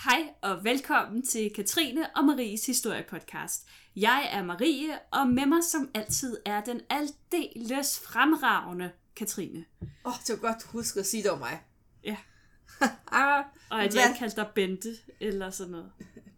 Hej og velkommen til Katrine og Maries historiepodcast. Jeg er Marie, og med mig som altid er den aldeles fremragende Katrine. Det var godt, du husker at sige, det var mig. Ja. Og at jeg ikke kaldte dig Bente, eller sådan noget.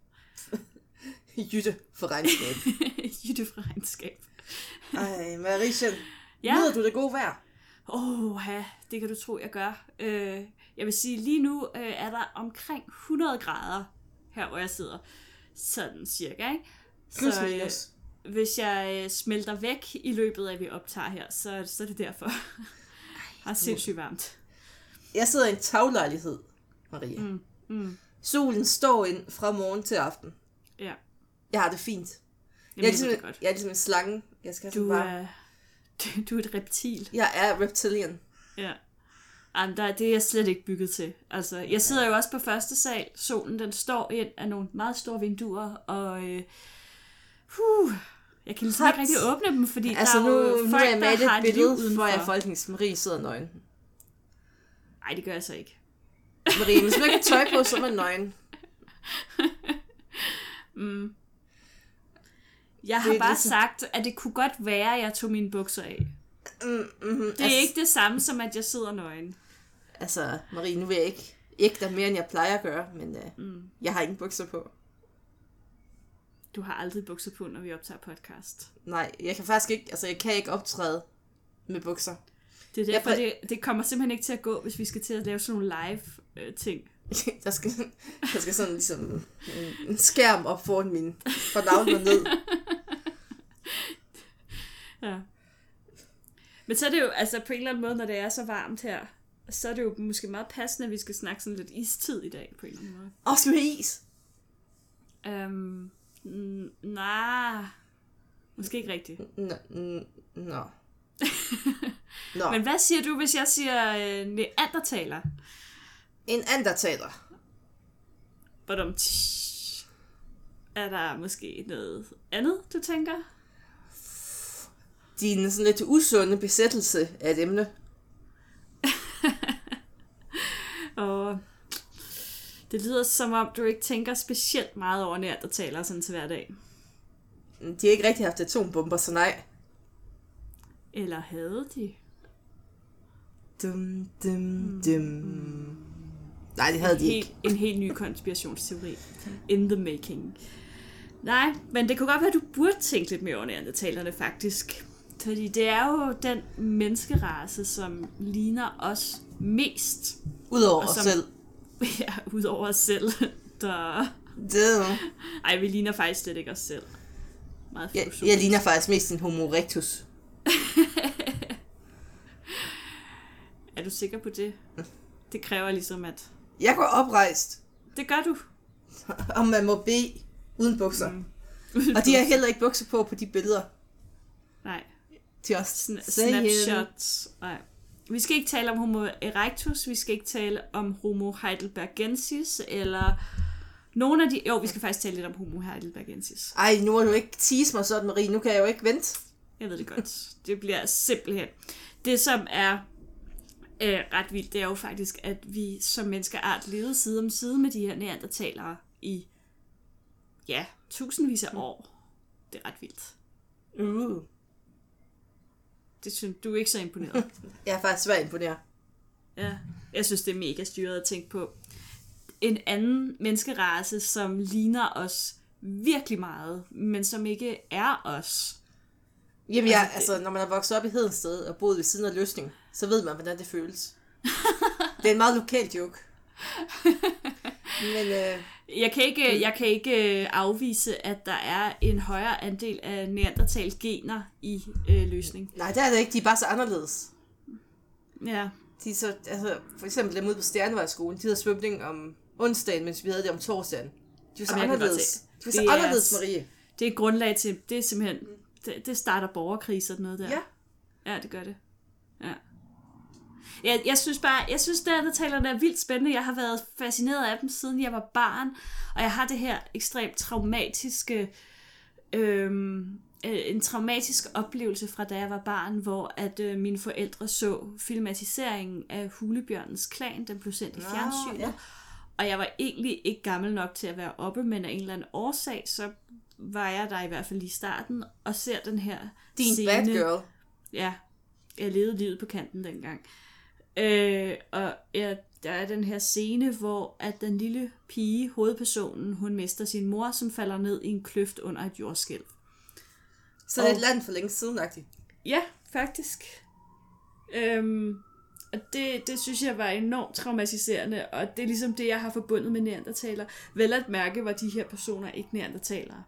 Jytte for regnskab. Jytte for regnskab. Ej, Mariechen, nyder du det gode vejr? Det kan du tro, jeg gør. Jeg vil sige, lige nu er der omkring 100 grader her, hvor jeg sidder. Sådan cirka, ikke? Så hvis jeg smelter væk i løbet af, at vi optager her, så er det derfor. Det er sindssygt varmt. Jeg sidder i en taglejlighed, Marie. Solen står ind fra morgen til aften. Ja. Jeg har det fint. Jeg er ligesom en slange. Jeg skal du er et reptil. Jeg er reptilian. Ja. Jamen, det er jeg slet ikke bygget til. Altså, jeg sidder jo også på første sal. Solen, den står ind af nogle meget store vinduer, og jeg kan ligesom ikke rigtig åbne dem, fordi altså, der er jo folk, der har et liv udenfor. Hvor jeg folkens Marie sidder nøgen. Nej, det gør jeg så ikke. Marie, hvis man ikke tøj på, så er man nøgen. Jeg har bare sagt, at det kunne godt være, at jeg tog mine bukser af. Det er ikke det samme som, at jeg sidder nøgen. Altså, Marie, nu vil jeg ikke dig mere, end jeg plejer at gøre, men jeg har ingen bukser på. Du har aldrig bukser på, når vi optager podcast. Nej, jeg kan faktisk ikke, jeg kan ikke optræde med bukser. Det er derfor, det kommer simpelthen ikke til at gå, hvis vi skal til at lave sådan nogle live ting. der skal sådan ligesom en skærm op foran min, for navnet ned. Ja. Men så er det jo, altså på en eller anden måde, når det er så varmt her, så er det jo måske meget passende, at vi skal snakke sådan lidt istid i dag, på en eller anden måde. Skal vi have is? Nej. Måske ikke rigtigt. Nå. Men hvad siger du, hvis jeg siger neandertaler? En andertaler. Er der måske noget andet, du tænker? Din sådan lidt usunde besættelse af et emne. Og det lyder som om, du ikke tænker specielt meget over neandertalere sådan til hverdag. De har ikke rigtig haft atombomber, så nej. Eller havde de? Nej, det havde de ikke. En helt ny konspirationsteori. In the making. Nej, men det kunne godt være, at du burde tænke lidt mere over neandertalerne faktisk. Fordi det er jo den menneskerace, som ligner os mest. Udover os selv. Ja, udover os selv. Ej, vi ligner faktisk slet ikke os selv. Meget jeg ligner faktisk mest en homo erectus. Er du sikker på det? Det kræver ligesom, at... Jeg går oprejst. Det gør du. Om man må bede uden bukser. Og de har heller ikke bukser på de billeder. Nej. De er også snapshots. Nej. Vi skal ikke tale om homo erectus, vi skal ikke tale om homo heidelbergensis, eller nogen af de... Jo, vi skal faktisk tale lidt om homo heidelbergensis. Ej, nu må du ikke tease mig sådan, Marie. Nu kan jeg jo ikke vente. Jeg ved det godt. Det bliver simpelthen... Det, som er ret vildt, det er jo faktisk, at vi som menneskeart levede side om side med de her neandertalere i, tusindvis af år. Det er ret vildt. Det synes du er ikke så imponeret. Jeg er faktisk svært imponeret. Ja, jeg synes, det er mega styret at tænke på. En anden menneskerace, som ligner os virkelig meget, men som ikke er os. Jamen når man er vokset op i Hedensted og boet ved siden af Løsning, så ved man, hvordan det føles. Det er en meget lokal joke. Men jeg kan ikke afvise, at der er en højere andel af neandertal-gener i Løsning. Nej, det er det ikke. De er bare så anderledes. Ja. De er så, for eksempel dem ude på Stjernevejsskolen, de havde svømning om onsdagen, mens vi havde det om torsdagen. De var så anderledes. De var så anderledes, Marie. Det er grundlag til, det er simpelthen, det starter borgerkrig, sådan noget der. Ja. Ja, det gør det. Ja. Jeg synes neandertalerne er vildt spændende. Jeg har været fascineret af dem, siden jeg var barn. Og jeg har det her ekstremt traumatiske... en traumatisk oplevelse fra da jeg var barn, hvor at mine forældre så filmatiseringen af Hulebjørnens Klan, den blev sendt i fjernsynet. Ja. Og jeg var egentlig ikke gammel nok til at være oppe, men af en eller anden årsag, så var jeg der i hvert fald i starten, og ser den her Din scene. bad girl. Ja, jeg levede livet på kanten dengang. Og der er den her scene, hvor at den lille pige, hovedpersonen, hun mister sin mor, som falder ned i en kløft under et jordskælv. Så det er et land for længe sidenagtigt. Ja, faktisk. Og det synes jeg var enormt traumatiserende, og det er ligesom det, jeg har forbundet med neandertaler. Vel at mærke var de her personer ikke neandertalere.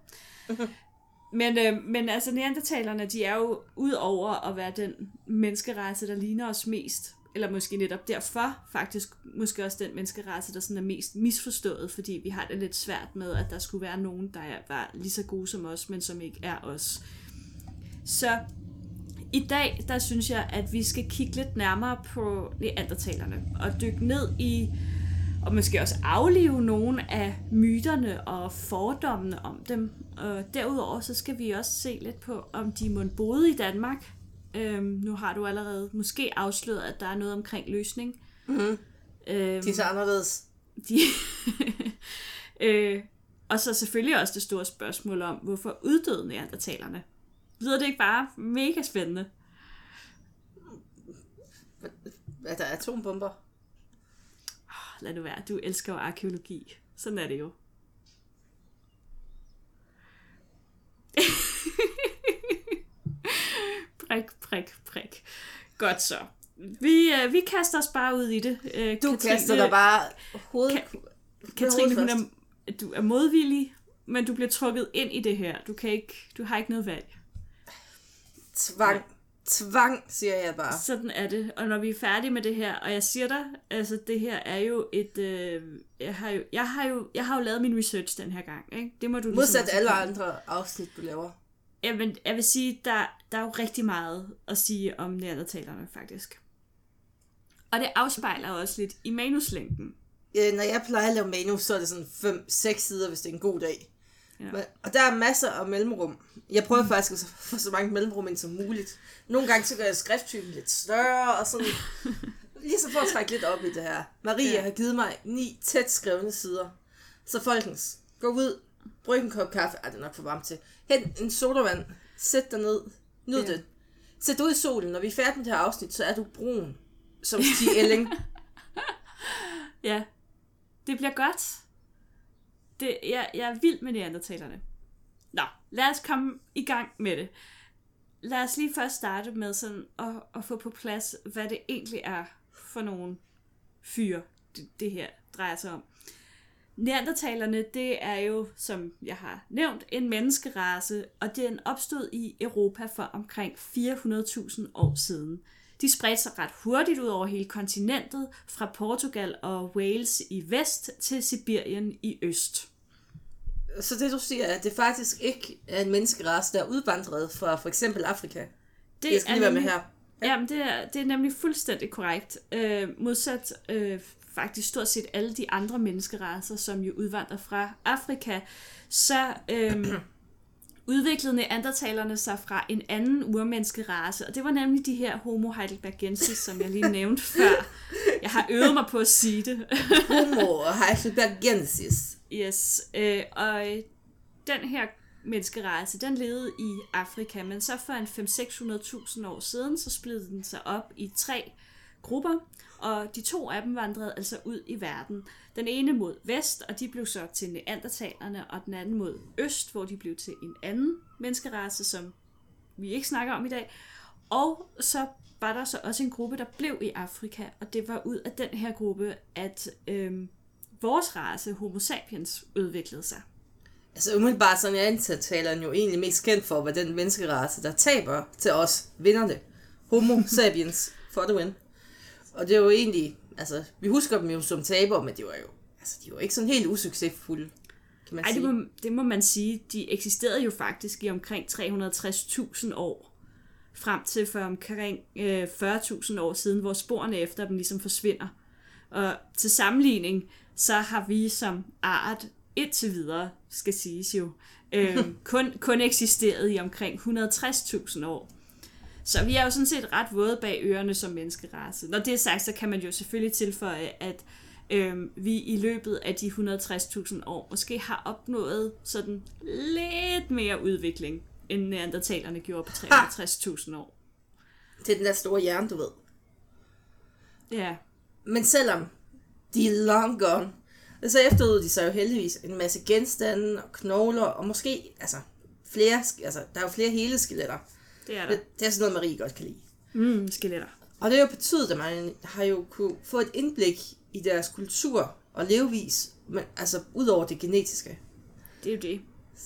Men altså neandertalerne, de er jo ud over at være den menneskerace, der ligner os mest, eller måske netop derfor faktisk måske også den menneskerace, der sådan er mest misforstået, fordi vi har det lidt svært med, at der skulle være nogen, der var lige så gode som os, men som ikke er os. Så i dag, der synes jeg, at vi skal kigge lidt nærmere på neandertalerne, og dykke ned i, og måske også aflive nogle af myterne og fordommene om dem. Og derudover så skal vi også se lidt på, om de måtte boede i Danmark. Nu har du allerede måske afsløret, at der er noget omkring løsning. Mm-hmm. De er så anderledes. Og så selvfølgelig også det store spørgsmål om, hvorfor uddøde neandertalerne? Lyder det ikke bare mega spændende? Er der atombomber? Lad det være. Du elsker jo arkæologi. Sådan er det jo. Prik. Godt så. Vi kaster os bare ud i det. Du kaster dig bare hovedet. Katrine, du er modvillig, men du bliver trukket ind i det her. Du har ikke noget valg. Tvang, siger jeg bare. Sådan er det. Og når vi er færdige med det her, og jeg siger dig, altså det her er jo et... Jeg har jo lavet min research den her gang, ikke? Det må du modsat alle andre afsnit, du laver. Jamen, jeg vil sige, der er jo rigtig meget at sige om neandertalerne, faktisk. Og det afspejler også lidt i manuslængden. Ja, når jeg plejer at lave manus, så er det sådan 5-6 sider, hvis det er en god dag. Ja. Og der er masser af mellemrum. Jeg prøver faktisk at få så mange mellemrum ind som muligt. Nogle gange så gør jeg skrifttypen lidt større, og sådan lige så for at trække lidt op i det her. Marie har givet mig 9 tæt skrevne sider. Så folkens, gå ud, brug en kop kaffe. Det er nok for varmt til. Hent en sodavand, sæt dig ned, nyd det. Sæt dig ud i solen. Når vi er færdige med det her afsnit, så er du brun som Stig Elling. Ja, det bliver godt. Jeg er vild med neandertalerne. Nå, lad os komme i gang med det. Lad os lige først starte med sådan at få på plads, hvad det egentlig er for nogle fyre, det her drejer sig om. Neandertalerne, det er jo, som jeg har nævnt, en menneskerace, og den opstod i Europa for omkring 400.000 år siden. De spredte sig ret hurtigt ud over hele kontinentet, fra Portugal og Wales i vest til Sibirien i øst. Så det du siger, at det faktisk ikke er en menneskerace, der er udvandret fra for eksempel Afrika? Det skal lige være med her. Ja. Jamen, det er nemlig fuldstændig korrekt. Modsat faktisk stort set alle de andre menneskeracer, som jo udvandrer fra Afrika, så udviklede neandertalerne sig fra en anden urmenneskerace, og det var nemlig de her Homo heidelbergensis, som jeg lige nævnte før. Jeg har øvet mig på at sige det. Homo heidelbergensis. Yes, og den her menneskerace, den levede i Afrika, men så for en 500-600.000 år siden, så splittede den sig op i 3 grupper, og de 2 af dem vandrede altså ud i verden. Den ene mod vest, og de blev så til neandertalerne, og den anden mod øst, hvor de blev til en anden menneskerace, som vi ikke snakker om i dag. Og så var der så også en gruppe, der blev i Afrika, og det var ud af den her gruppe, at vores race, Homo sapiens, udviklede sig. Altså umiddelbart så er neandertaleren jo egentlig mest kendt for, hvad den menneskerace, der taber til os, vinderne. Homo sapiens for the win. Og det er jo egentlig, altså vi husker dem jo som tabere, men de var ikke sådan helt usuccesfulde, kan man sige. Det må man sige. De eksisterede jo faktisk i omkring 360.000 år, frem til for omkring 40.000 år siden, hvor sporene efter dem ligesom forsvinder. Og til sammenligning, så har vi som art indtil videre, skal siges jo, kun eksisteret i omkring 160.000 år. Så vi er jo sådan set ret våde bag ørerne som menneskerace. Når det er sagt, så kan man jo selvfølgelig tilføje, at vi i løbet af de 160.000 år måske har opnået sådan lidt mere udvikling, end neandertalerne gjorde på 360.000 år. Det er den der store hjerne, du ved. Ja. Men selvom de er long gone, så efterlod de sig jo heldigvis en masse genstande og knogler, og måske, flere, der er jo flere hele skeletter. Det er der. Det er sådan noget, Marie godt kan lide. Skeletter. Og det er jo betydet, at man har jo kunne få et indblik i deres kultur og levevis, men ud over det genetiske. Det er jo det.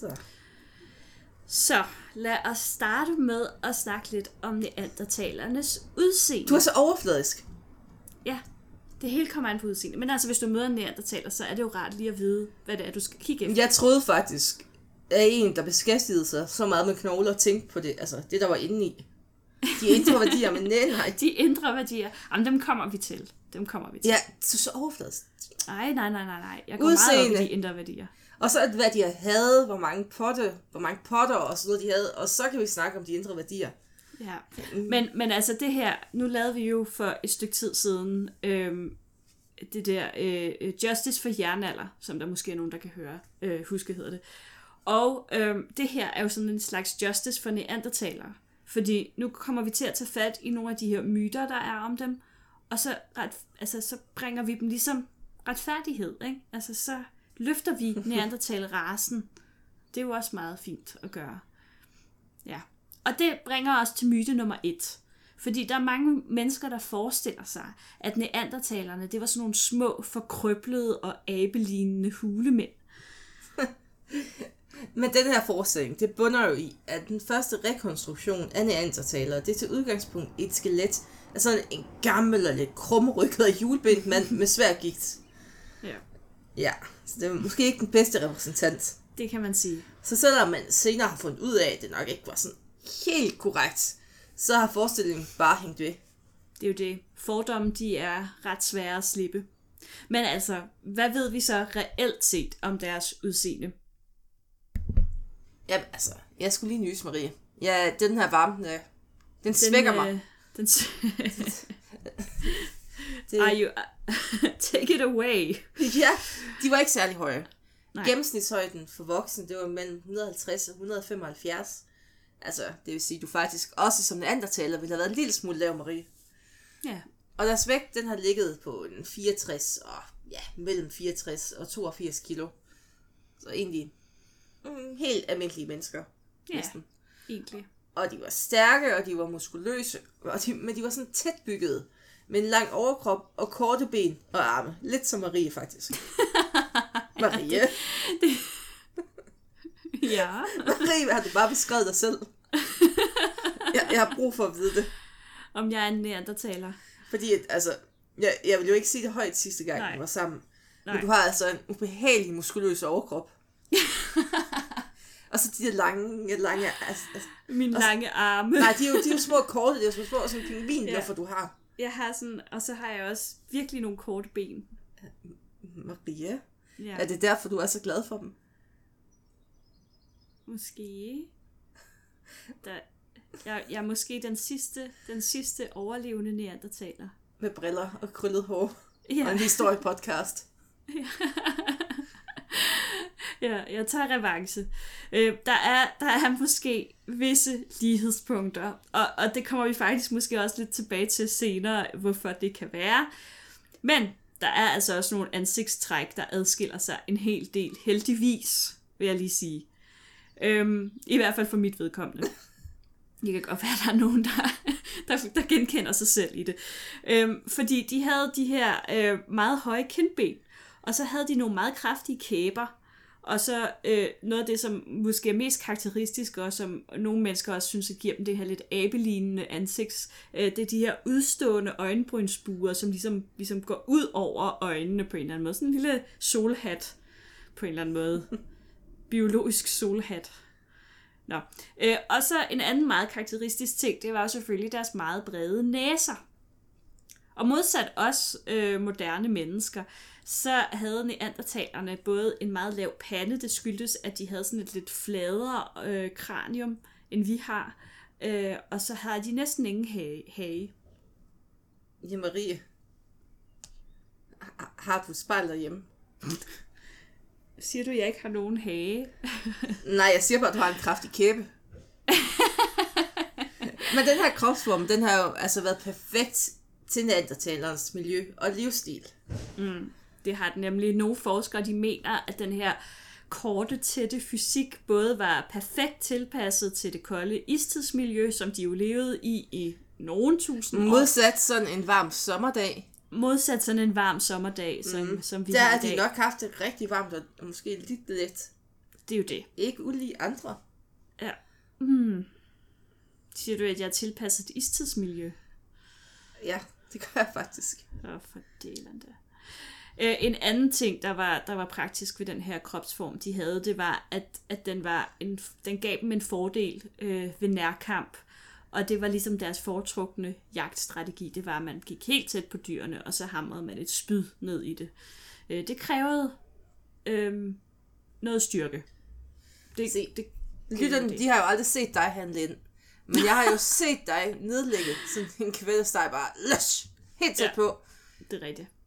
Så lad os starte med at snakke lidt om neandertalernes udseende. Du er så overfladisk. Ja, det hele kommer an på udseende. Men hvis du møder en neandertaler, så er det jo rart lige at vide, hvad det er, du skal kigge efter. Jeg troede faktisk, at en, der beskæftigede sig så meget med knogler, og tænkte på det, det der var inde i. De indre værdier, men nej. De indre værdier, dem kommer vi til. Ja, du er så overfladisk. Nej. Jeg går meget op i de indre værdier. Og så hvad de havde, hvor mange potter og sådan noget de havde, og så kan vi snakke om de indre værdier. Ja, men det her, nu lavede vi jo for et stykke tid siden det der Justice for Jernalder, som der måske er nogen, der kan huske hedder det. Og det her er jo sådan en slags Justice for neandertalere, fordi nu kommer vi til at tage fat i nogle af de her myter, der er om dem, og så, så bringer vi dem ligesom retfærdighed, ikke? Så løfter vi neandertal-racen. Det er jo også meget fint at gøre. Ja. Og det bringer os til myte nummer 1. Fordi der er mange mennesker, der forestiller sig, at neandertalerne, det var sådan nogle små, forkrøblede og abelignende hulemænd. Men den her forestilling, det bunder jo i, at den første rekonstruktion af neandertalere, det er til udgangspunkt et skelet af sådan en gammel og lidt krumrykket og hjulbent mand med svær gigt. Ja, så det er måske ikke den bedste repræsentant. Det kan man sige. Så selvom man senere har fundet ud af, at det nok ikke var sådan helt korrekt, så har forestillingen bare hængt ved. Det er jo det. Fordomme, de er ret svære at slippe. Men hvad ved vi så reelt set om deres udseende? Jamen jeg skulle lige nyse, Marie. Ja, den her varme, den svækker mig. Take it away. Ja, de var ikke særlig høje. Nej. Gennemsnitshøjden for voksne, det var mellem 150 og 175. Det vil sige, du faktisk også som neandertaler ville have været en lille smule lav, Marie. Ja. Og deres vægt, den har ligget på en 64 og mellem 64 og 82 kilo. Så egentlig helt almindelige mennesker. Ja, næsten. egentlig. Og de var stærke, og de var muskuløse, men de var sådan tæt byggede. Med en lang overkrop og korte ben og arme. Lidt som Marie, faktisk. Marie. Ja. Marie, har du bare beskrevet dig selv? Jeg har brug for at vide det. Om jeg er en neandertaler. Fordi, jeg vil jo ikke sige det højt sidste gang, vi var sammen. Nej. Men du har en ubehagelig muskuløs overkrop. Og så de lange mine lange arme. Nej, de er jo små korte, det er jo små sådan pingvinluffer, du har. Jeg har sådan, og så har jeg også virkelig nogle korte ben. Maria? Ja. Er det derfor, du er så glad for dem? Måske. Jeg er måske den sidste overlevende neandertaler. Med briller og krøllet hår. Ja. Og en historiepodcast. Ja, jeg tager revanche. Der er måske visse lighedspunkter, og det kommer vi faktisk måske også lidt tilbage til senere, hvorfor det kan være. Men der er altså også nogle ansigtstræk, der adskiller sig en hel del, heldigvis, vil jeg lige sige. I hvert fald for mit vedkommende. Det kan godt være, at der er nogen, der genkender sig selv i det. Fordi de havde de her meget høje kindben, og så havde de nogle meget kraftige kæber. Og så noget af det, som måske er mest karakteristisk, og som nogle mennesker også synes, at giver dem det her lidt abelignende ansigts, det er de her udstående øjenbrynsbuer, som ligesom går ud over øjnene på en eller anden måde. Sådan en lille solhat på en eller anden måde. Biologisk solhat. Nå. Og så en anden meget karakteristisk ting, det var jo selvfølgelig deres meget brede næser. Og modsat os moderne mennesker, så havde neandertalerne både en meget lav pande, det skyldtes, at de havde sådan et lidt fladere kranium, end vi har, og så havde de næsten ingen hage. Ja, Marie. Har du et spejl derhjemme? Siger du, at jeg ikke har nogen hage? Nej, jeg siger bare, at du har en kraftig kæbe. Men den her kropsform, den har jo altså været perfekt til neandertalerens miljø og livsstil. Det har den nemlig. Nogle forskere, de mener, at den her korte, tætte fysik både var perfekt tilpasset til det kolde istidsmiljø, som de jo levede i nogle tusind år. Modsat sådan en varm sommerdag. Modsat sådan en varm sommerdag, som vi der har i dag. Der har de nok haft det rigtig varmt, og måske lidt let. Det er jo det. Ikke ulige andre. Ja. Siger du, at jeg er tilpasset istidsmiljø? Ja, det gør jeg faktisk. Fordelende. En anden ting, der var praktisk ved den her kropsform, de havde, det var, at den gav dem en fordel ved nærkamp. Og det var ligesom deres foretrukne jagtstrategi. Det var, at man gik helt tæt på dyrene, og så hamrede man et spyd ned i det. Det krævede noget styrke. Lytterne, de har jo aldrig set dig handle ind. Men jeg har jo set dig nedlægge sådan en kvældesteg bare løs, helt tæt på. Det er rigtigt.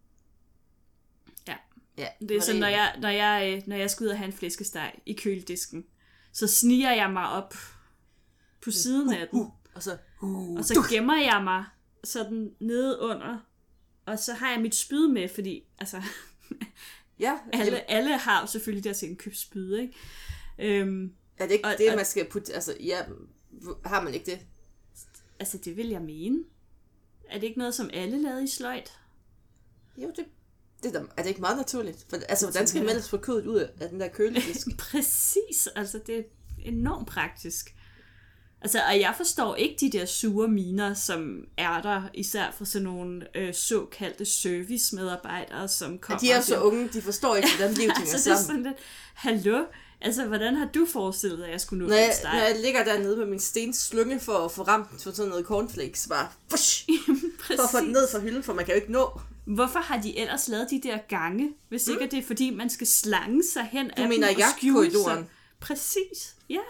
Ja, det er sådan, når jeg skal ud og have en flæskesteg i køledisken, så sniger jeg mig op på siden af den. Og så gemmer jeg mig sådan nede under, og så har jeg mit spyd med, fordi altså, alle har jo selvfølgelig deres indkøbsspyd, ikke? Er det ikke det, man skal putte, altså, ja, har man ikke det? Altså, det vil jeg mene. Er det ikke noget, som alle lavede i sløjt? Jo, er det ikke meget naturligt? For, altså, hvordan skal man ellers få kødet ud af den der køledisk? Præcis, altså, det er enormt praktisk. Altså, og jeg forstår ikke de der sure miner, som er der, især for sådan nogle såkaldte servicemedarbejdere, som kommer. De er så unge, de forstår ikke, hvordan livet hænger altså, sammen. Det er sådan lidt, hallo? Altså, hvordan har du forestillet, at jeg skulle nå en steg? Når jeg ligger dernede med min stenslynge for at få ramt for sådan noget cornflakes, bare for at få den ned fra hylden, for man kan jo ikke nå. Hvorfor har de ellers lavet de der gange, hvis ikke det er, fordi man skal slange sig hen af dem og skjule sig? Præcis, ja.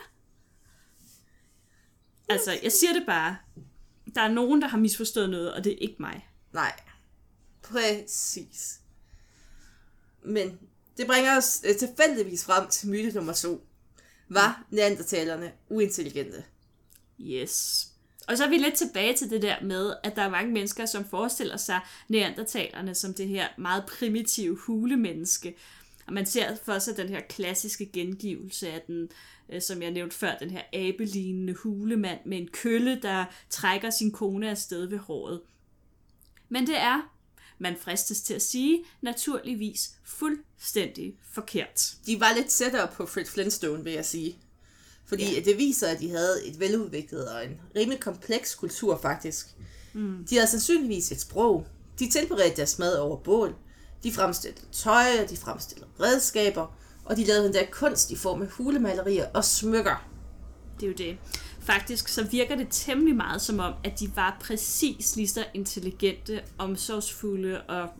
Altså, jeg siger det bare. Der er nogen, der har misforstået noget, og det er ikke mig. Nej, præcis. Men det bringer os tilfældigvis frem til myte nummer 2. Var neandertalerne uintelligente? Yes. Og så er vi lidt tilbage til det der med, at der er mange mennesker, som forestiller sig neandertalerne som det her meget primitive hulemenneske. Og man ser for sig den her klassiske gengivelse af den, som jeg nævnte før, den her abelignende hulemand med en kølle, der trækker sin kone afsted ved håret. Men det er, man fristes til at sige, naturligvis fuldstændig forkert. De var lidt tættere på Fred Flintstone, vil jeg sige. Fordi det viser, at de havde et veludviklet og en rimelig kompleks kultur, faktisk. De havde sandsynligvis et sprog. De tilberedte deres mad over bål. De fremstillede tøj, de fremstillede redskaber, og de lavede den der kunst i form af hulemalerier og smykker. Det er jo det. Faktisk så virker det temmelig meget som om, at de var præcis lige så intelligente, omsorgsfulde og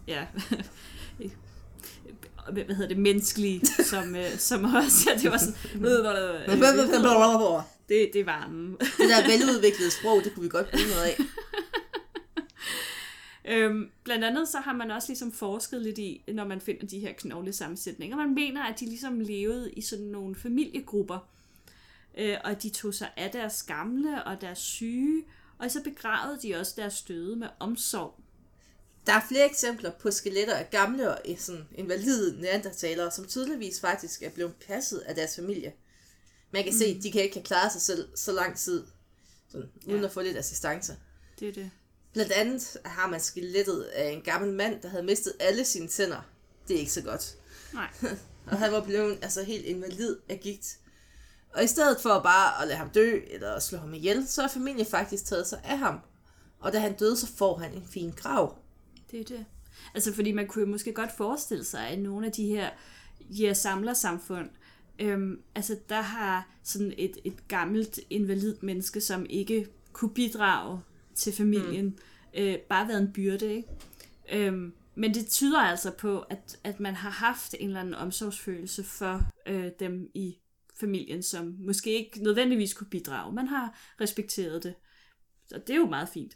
menneskelige, som også. Ja, det var sådan. Det var den. Det der veludviklede sprog, det kunne vi godt bruge noget af. Blandt andet så har man også ligesom forsket lidt i, når man finder de her knoglesammensætninger. Man mener, at de ligesom levede i sådan nogle familiegrupper, og de tog sig af deres gamle og deres syge, og så begravede de også deres døde med omsorg. Der er flere eksempler på skeletter af gamle og sådan invalide neandertalere, som tydeligvis faktisk er blevet passet af deres familie. Man kan se, at de kan ikke have klaret sig selv så lang tid, sådan, uden at få lidt assistance. Det er det. Blandt andet har man skelettet af en gammel mand, der havde mistet alle sine tænder. Det er ikke så godt. Nej. Og han var blevet helt invalid af gigt. Og i stedet for bare at lade ham dø, eller slå ham ihjel, så har familien faktisk taget sig af ham. Og da han døde, så får han en fin grav. Det er det. Altså, fordi man kunne måske godt forestille sig, at nogle af de her samlersamfund, altså der har sådan et gammelt invalidt menneske, som ikke kunne bidrage til familien, bare været en byrde, ikke? Men det tyder altså på, at man har haft en eller anden omsorgsfølelse for dem i familien, som måske ikke nødvendigvis kunne bidrage. Man har respekteret det. Så det er jo meget fint.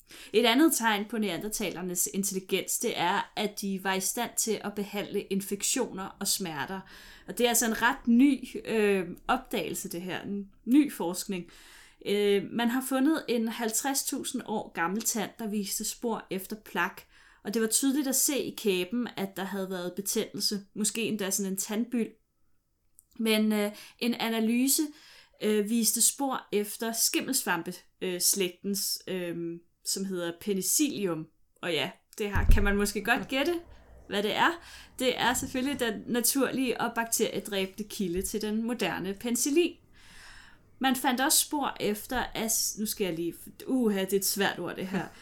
Et andet tegn på neandertalernes intelligens, det er, at de var i stand til at behandle infektioner og smerter. Og det er altså en ret ny opdagelse, det her. En ny forskning. Man har fundet en 50.000 år gammel tand, der viste spor efter plak. Og det var tydeligt at se i kæben, at der havde været betændelse. Måske endda sådan en tandbyld. Men en analyse viste spor efter skimmelsvampeslægtens, som hedder penicillium. Og ja, det her kan man måske godt gætte, hvad det er. Det er selvfølgelig den naturlige og bakteriedræbte kilde til den moderne penicillin. Man fandt også spor efter, nu skal jeg lige, det er et svært ord det her,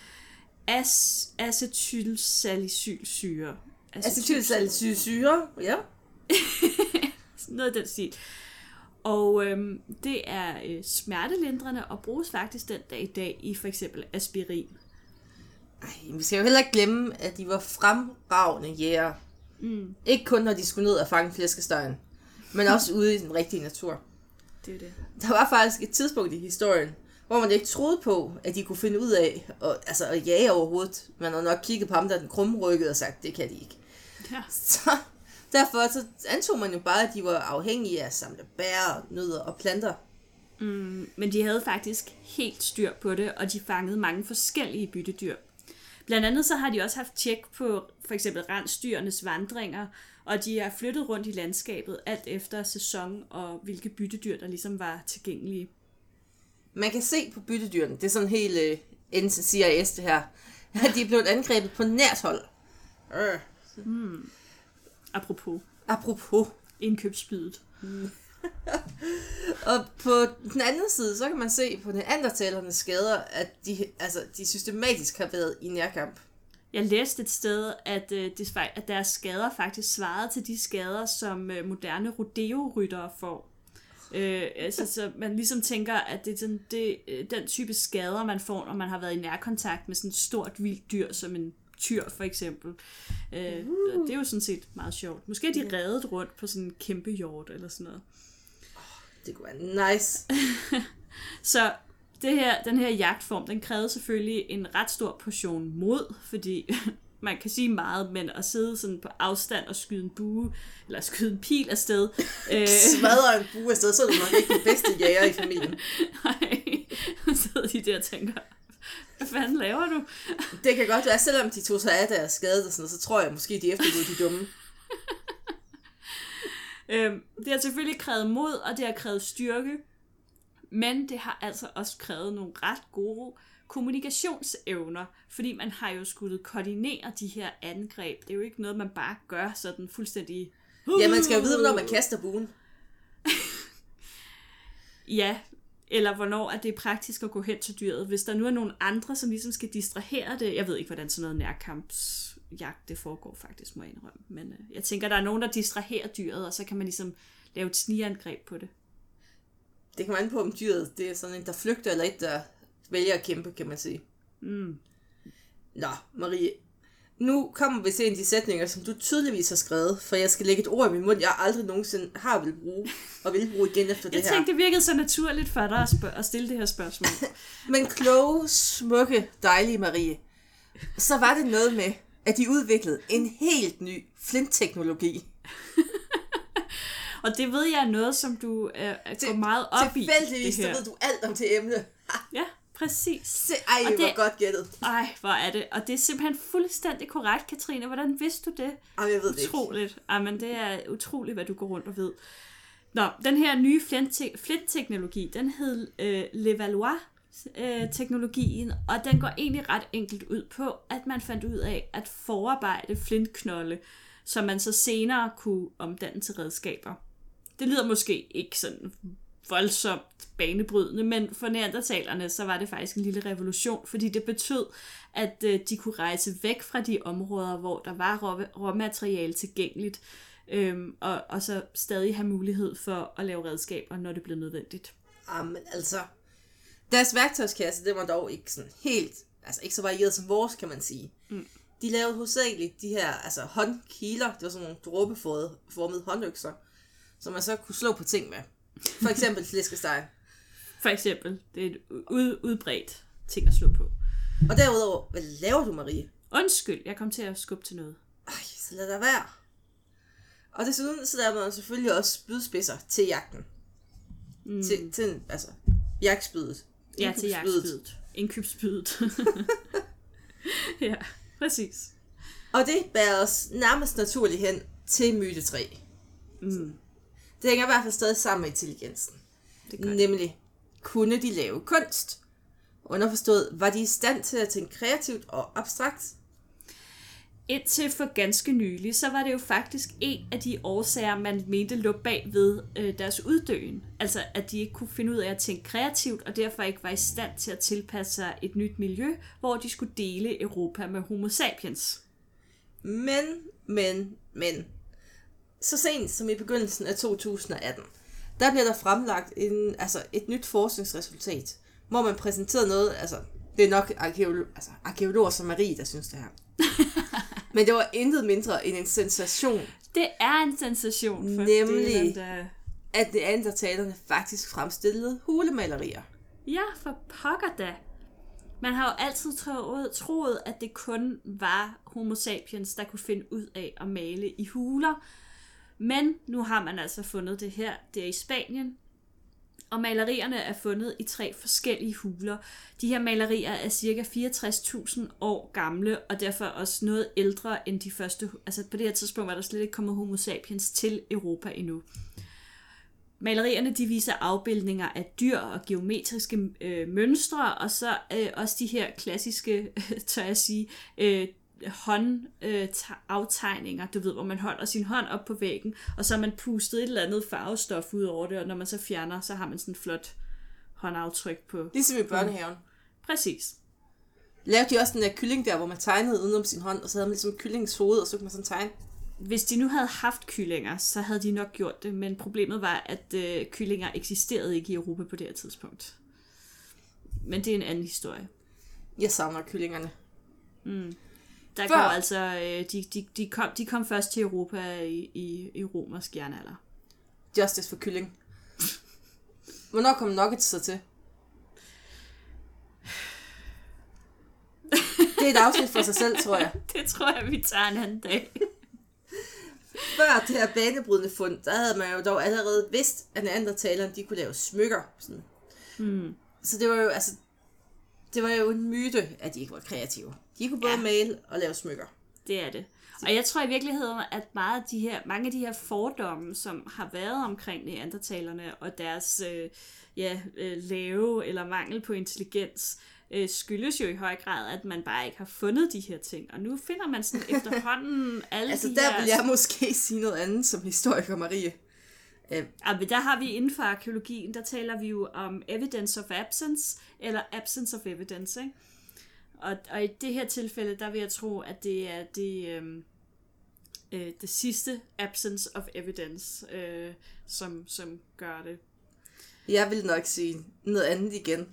acetylsalicylsyre. Acetylsalicylsyre, ja. Noget af den stil. Og det er smertelindrende og bruges faktisk den dag i dag i for eksempel aspirin. Vi skal jo heller ikke glemme, at de var fremragende jæger. Ikke kun når de skulle ned og fange flæskestegen, men også ude i den rigtige natur. Det er det. Der var faktisk et tidspunkt i historien, hvor man ikke troede på, at de kunne finde ud af at jage overhovedet. Man havde nok kigget på ham, der den krumrykkede og sagt, det kan de ikke. Ja. Så derfor så antog man jo bare, at de var afhængige af at samle bær, nødder og planter. Men de havde faktisk helt styr på det, og de fangede mange forskellige byttedyr. Blandt andet så har de også haft tjek på for eksempel rensdyrenes vandringer, og de har flyttet rundt i landskabet alt efter sæson og hvilke byttedyr, der ligesom var tilgængelige. Man kan se på byttedyrene, det er sådan helt NCIS det her, at de er blevet angrebet på nært hold. Apropos indkøbsbydet. Og på den anden side, så kan man se på neandertalernes skader, at de systematisk har været i nærkamp. Jeg læste et sted, at deres skader faktisk svarede til de skader, som moderne rodeo-ryttere får. Så man ligesom tænker, at det er den type skader, man får, når man har været i nærkontakt med sådan et stort vildt dyr, som en tyr for eksempel. Det er jo sådan set meget sjovt. Måske er de reddet rundt på sådan en kæmpe hjort eller sådan noget. Det kunne være nice. Så den her jagtform, den krævede selvfølgelig en ret stor portion mod, fordi man kan sige meget, men at sidde sådan på afstand og skyde en bue, eller skyde en pil afsted. Smadre en bue afsted, så er du nok ikke den bedste jæger i familien. Nej, så sidder de der og tænker, hvad fanden laver du? Det kan godt være, selvom de tog sig af deres skade, og sådan, så tror jeg måske, de efterlod de dumme. Det har selvfølgelig krævet mod, og det har krævet styrke, men det har altså også krævet nogle ret gode kommunikationsevner, fordi man har jo skulle koordinere de her angreb. Det er jo ikke noget, man bare gør sådan fuldstændig... Ja, man skal jo vide, hvornår man kaster buen. Ja, eller hvornår at det er praktisk at gå hen til dyret. Hvis der nu er nogle andre, som ligesom skal distrahere det. Jeg ved ikke, hvordan sådan noget nærkampsjagt det foregår faktisk, må jeg indrømme. Men jeg tænker, der er nogen, der distraherer dyret, og så kan man ligesom lave et snigangreb på det. Det kan man på, om dyret det er sådan en, der flygter, eller et, der vælger at kæmpe, kan man sige. Nå, Marie. Nu kommer vi til en af de sætninger, som du tydeligvis har skrevet, for jeg skal lægge et ord i min mund, jeg aldrig nogensinde har vil bruge, og vil bruge igen efter det her. Jeg tænkte, det virkede så naturligt for dig at stille det her spørgsmål. Men kloge, smukke, dejlige Marie, så var det noget med, at de udviklede en helt ny flintteknologi. Og det ved jeg er noget, som du går meget op i. Tilfældigvis, så ved du alt om det emne. Ja, præcis. Hvor godt gættet. Ej, hvor er det. Og det er simpelthen fuldstændig korrekt, Katrine. Hvordan vidste du det? Jeg ved det utroligt. Ikke. Jamen, det er utroligt, hvad du går rundt og ved. Nå, den her nye flintteknologi, den hed Levallois-teknologien, og den går egentlig ret enkelt ud på, at man fandt ud af at forarbejde flintknolde, som man så senere kunne omdanne til redskaber. Det lyder måske ikke sådan voldsomt banebrydende, men for neandertalerne, så var det faktisk en lille revolution, fordi det betød, at de kunne rejse væk fra de områder, hvor der var råmateriale tilgængeligt, og så stadig have mulighed for at lave redskaber, når det blev nødvendigt. Men altså, deres værktøjskasse, det var dog ikke sådan helt, ikke så varieret som vores, kan man sige. De lavede hovedsageligt de her håndkiler, det var sådan nogle dråbeformede håndøkser, som man så kunne slå på ting med. For eksempel flæskesteg. For eksempel. Det er et udbredt ting at slå på. Og derudover, hvad laver du, Marie? Undskyld, jeg kom til at skubbe til noget. Ej, så lad der være. Og desuden så laver man selvfølgelig også spydspidser til jagten. Til altså, jagtspydet. Ja, til jagtspydet. Indkøbsspydet. Ja, præcis. Og det bærer os nærmest naturligt hen til myte 3. Det hænger i hvert fald stadig sammen med intelligensen. Nemlig, kunne de lave kunst? Underforstået, var de i stand til at tænke kreativt og abstrakt? Indtil for ganske nylig, så var det jo faktisk en af de årsager, man mente lå bag ved deres uddøen. Altså, at de ikke kunne finde ud af at tænke kreativt, og derfor ikke var i stand til at tilpasse sig et nyt miljø, hvor de skulle dele Europa med Homo sapiens. Men. Så sent som i begyndelsen af 2018, der bliver der fremlagt et nyt forskningsresultat, hvor man præsenterede noget, altså det er nok arkeologer som Marie, der synes det her. Men det var intet mindre end en sensation. Det er en sensation. For nemlig, at neandertalerne faktisk fremstillede hulemalerier. Ja, for pokker da. Man har jo altid troet, at det kun var Homo sapiens, der kunne finde ud af at male i huler. Men nu har man altså fundet det her. Det er i Spanien. Og malerierne er fundet i 3 forskellige huler. De her malerier er cirka 64.000 år gamle, og derfor også noget ældre end de første. Altså på det her tidspunkt var der slet ikke kommet Homo sapiens til Europa endnu. Malerierne de viser afbildninger af dyr og geometriske mønstre, og så også de her klassiske, tør jeg sige, håndaftegninger, du ved, hvor man holder sin hånd op på væggen, og så har man pustet et eller andet farvestof ud over det, og når man så fjerner, så har man sådan et flot håndaftryk på. Ligesom i børnehaven. Præcis. Lavede de også den der kylling der, hvor man tegnede udenom sin hånd, og så havde man ligesom kyllingens hoved, og så kunne man sådan tegne? Hvis de nu havde haft kyllinger, så havde de nok gjort det, men problemet var, at kyllinger eksisterede ikke i Europa på det her tidspunkt. Men det er en anden historie. Jeg savner kyllingerne. Der går altså, de kom først til Europa i romersk jernalder. Justice for kylling. Hvornår kom nuggets så til? Det er et afsnit for sig selv, tror jeg. Det tror jeg, vi tager en anden dag. Før det her banebrydende fund, der havde man jo dog allerede vidst, at neandertalerne, de kunne lave smykker. Sådan. Så det var jo en myte, at de ikke var kreative. De kunne både male og lave smykker. Det er det. Og jeg tror i virkeligheden, at mange af de her fordomme, som har været omkring neandertalerne og deres lave eller mangel på intelligens, skyldes jo i høj grad, at man bare ikke har fundet de her ting. Og nu finder man sådan efterhånden alle de her... der vil jeg måske sige noget andet som historiker, Marie. Men der har vi inden for arkeologien, der taler vi jo om evidence of absence, eller absence of evidence, ikke? Og i det her tilfælde, der vil jeg tro, at det er det sidste absence of evidence, som gør det. Jeg vil nok sige noget andet igen.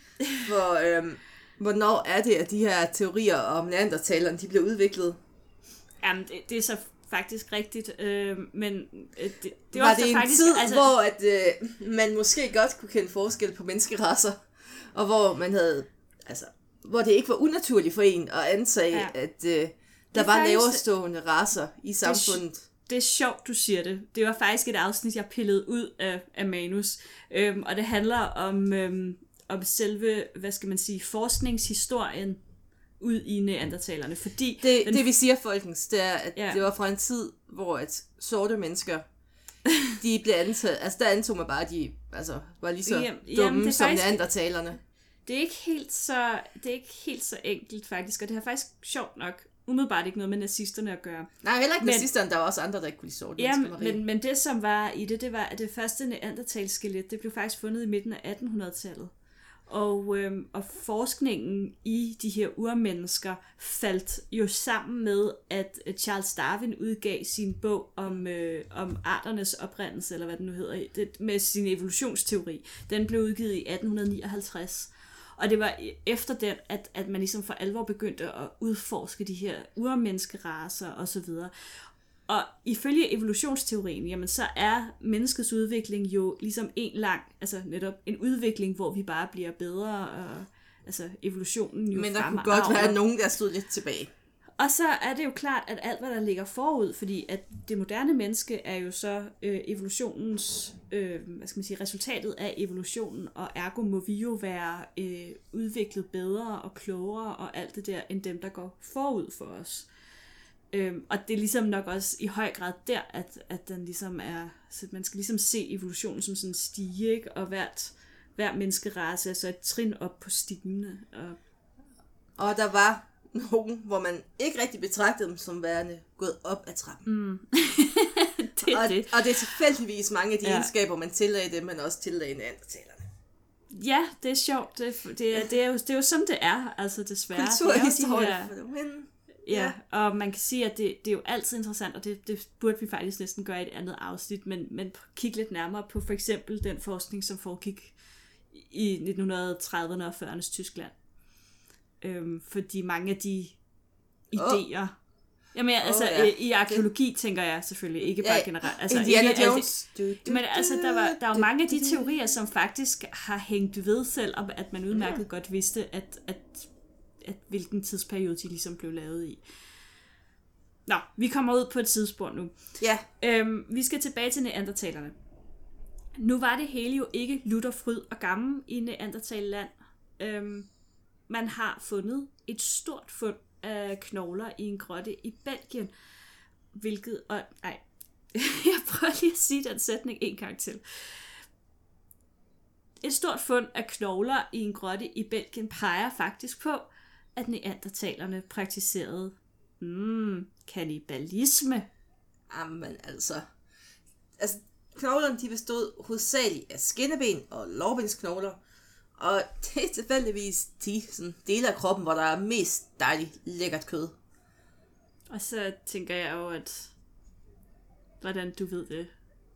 Hvornår er det, at de her teorier om neandertalerne, de bliver udviklet? Jamen, det er så faktisk rigtigt, men det var det en faktisk, tid, hvor at, man måske godt kunne kende forskel på menneskeracer, og hvor man havde, hvor det ikke var unaturligt for en at antage, at der var laverstående racer i samfundet. Det er sjovt, du siger det. Det var faktisk et afsnit, jeg pillede ud af manus, og det handler om selve, hvad skal man sige, forskningshistorien ud i neandertalerne, fordi... Det vi siger, folkens, det er, at det var fra en tid, hvor at sorte mennesker, de blev antaget, der antog man bare, at de var lige så dumme som neandertalerne. Det er ikke helt så enkelt, faktisk, og det har faktisk sjovt nok umiddelbart ikke noget med nazisterne at gøre. Nej, heller ikke nazisterne, der var også andre, der ikke kunne lide sorte mennesker. Men det, som var i det var, at det første neandertalskelet, det blev faktisk fundet i midten af 1800-tallet. Og forskningen i de her urmennesker faldt jo sammen med, at Charles Darwin udgav sin bog om arternes oprindelse, eller hvad den nu hedder, med sin evolutionsteori. Den blev udgivet i 1859. Og det var efter den, at man ligesom for alvor begyndte at udforske de her urmenneskeracer osv. Og ifølge evolutionsteorien, jamen så er menneskets udvikling jo ligesom netop en udvikling, hvor vi bare bliver bedre altså evolutionen jo men der fremmer kunne godt arven. være nogen, der stod lidt tilbage. Og så er det jo klart, at alt, hvad der ligger forud, fordi at det moderne menneske er jo så evolutionens, resultatet af evolutionen, og ergo må vi jo være udviklet bedre og klogere og alt det der, end dem, der går forud for os. Og det er ligesom nok også i høj grad der, at den ligesom er, så man skal ligesom se evolutionen som sådan en stige, ikke? Og hver menneskerace er så et trin op på stigen. Og der var nogen, hvor man ikke rigtig betragtede dem som værende gået op ad trappen. Og det er tilfældigvis mange af de egenskaber, man tillagde dem, man også tillagde neandertalerne. Ja, det er sjovt. Det er jo som det er, altså desværre. Kulturhistorie for dem. Ja, og man kan sige, at det er jo altid interessant, og det burde vi faktisk næsten gøre i et andet afsnit, men kigge lidt nærmere på for eksempel den forskning, som foregik i 1930'erne og 40'ernes Tyskland. Fordi mange af de idéer... Jamen, i arkæologi tænker jeg selvfølgelig, ikke bare generelt. Altså, Indiana Jones. Men altså, der er jo mange af de teorier, som faktisk har hængt ved, selvom at man udmærket godt vidste, at hvilken tidsperiode de ligesom blev lavet i. Nå, vi kommer ud på et sidespor nu. Ja. Vi skal tilbage til neandertalerne. Nu var det hele jo ikke lutter, fryd og gammel i Neandertalland. Man har fundet et stort fund af knogler i en grotte i Belgien, hvilket... jeg prøver lige at sige den sætning en gang til. Et stort fund af knogler i en grotte i Belgien peger faktisk på, at neandertalerne praktiserede kannibalisme. Jamen altså knoglerne de bestod hovedsageligt af skinneben og lårbensknogler, og det er tilfældigvis de sådan, dele af kroppen, hvor der er mest dejligt lækkert kød. Og så tænker jeg jo, at hvordan du ved det?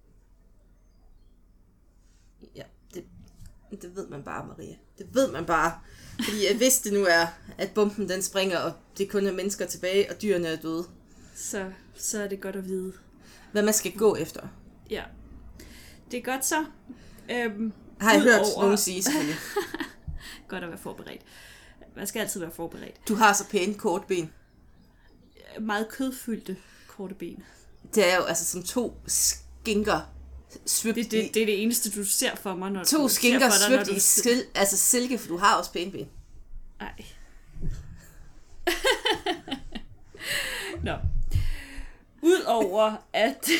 Ja, det ved man bare, Maria. Det ved man bare. Fordi hvis det nu er, at bomben den springer, og det kun er mennesker tilbage, og dyrene er døde. Så er det godt at vide. Hvad man skal gå efter. Ja. Det er godt så. Har jeg hørt nogen sige, selvfølgelig. Godt at være forberedt. Man skal altid være forberedt. Du har så pæne korte ben. Meget kødfyldte korte ben. Det er jo altså som to skinker svøbt det er det eneste, du ser for mig, når to du skinker ser for dig, svøbt i silke, for du har også pæne ben. Ej. Nå. Udover at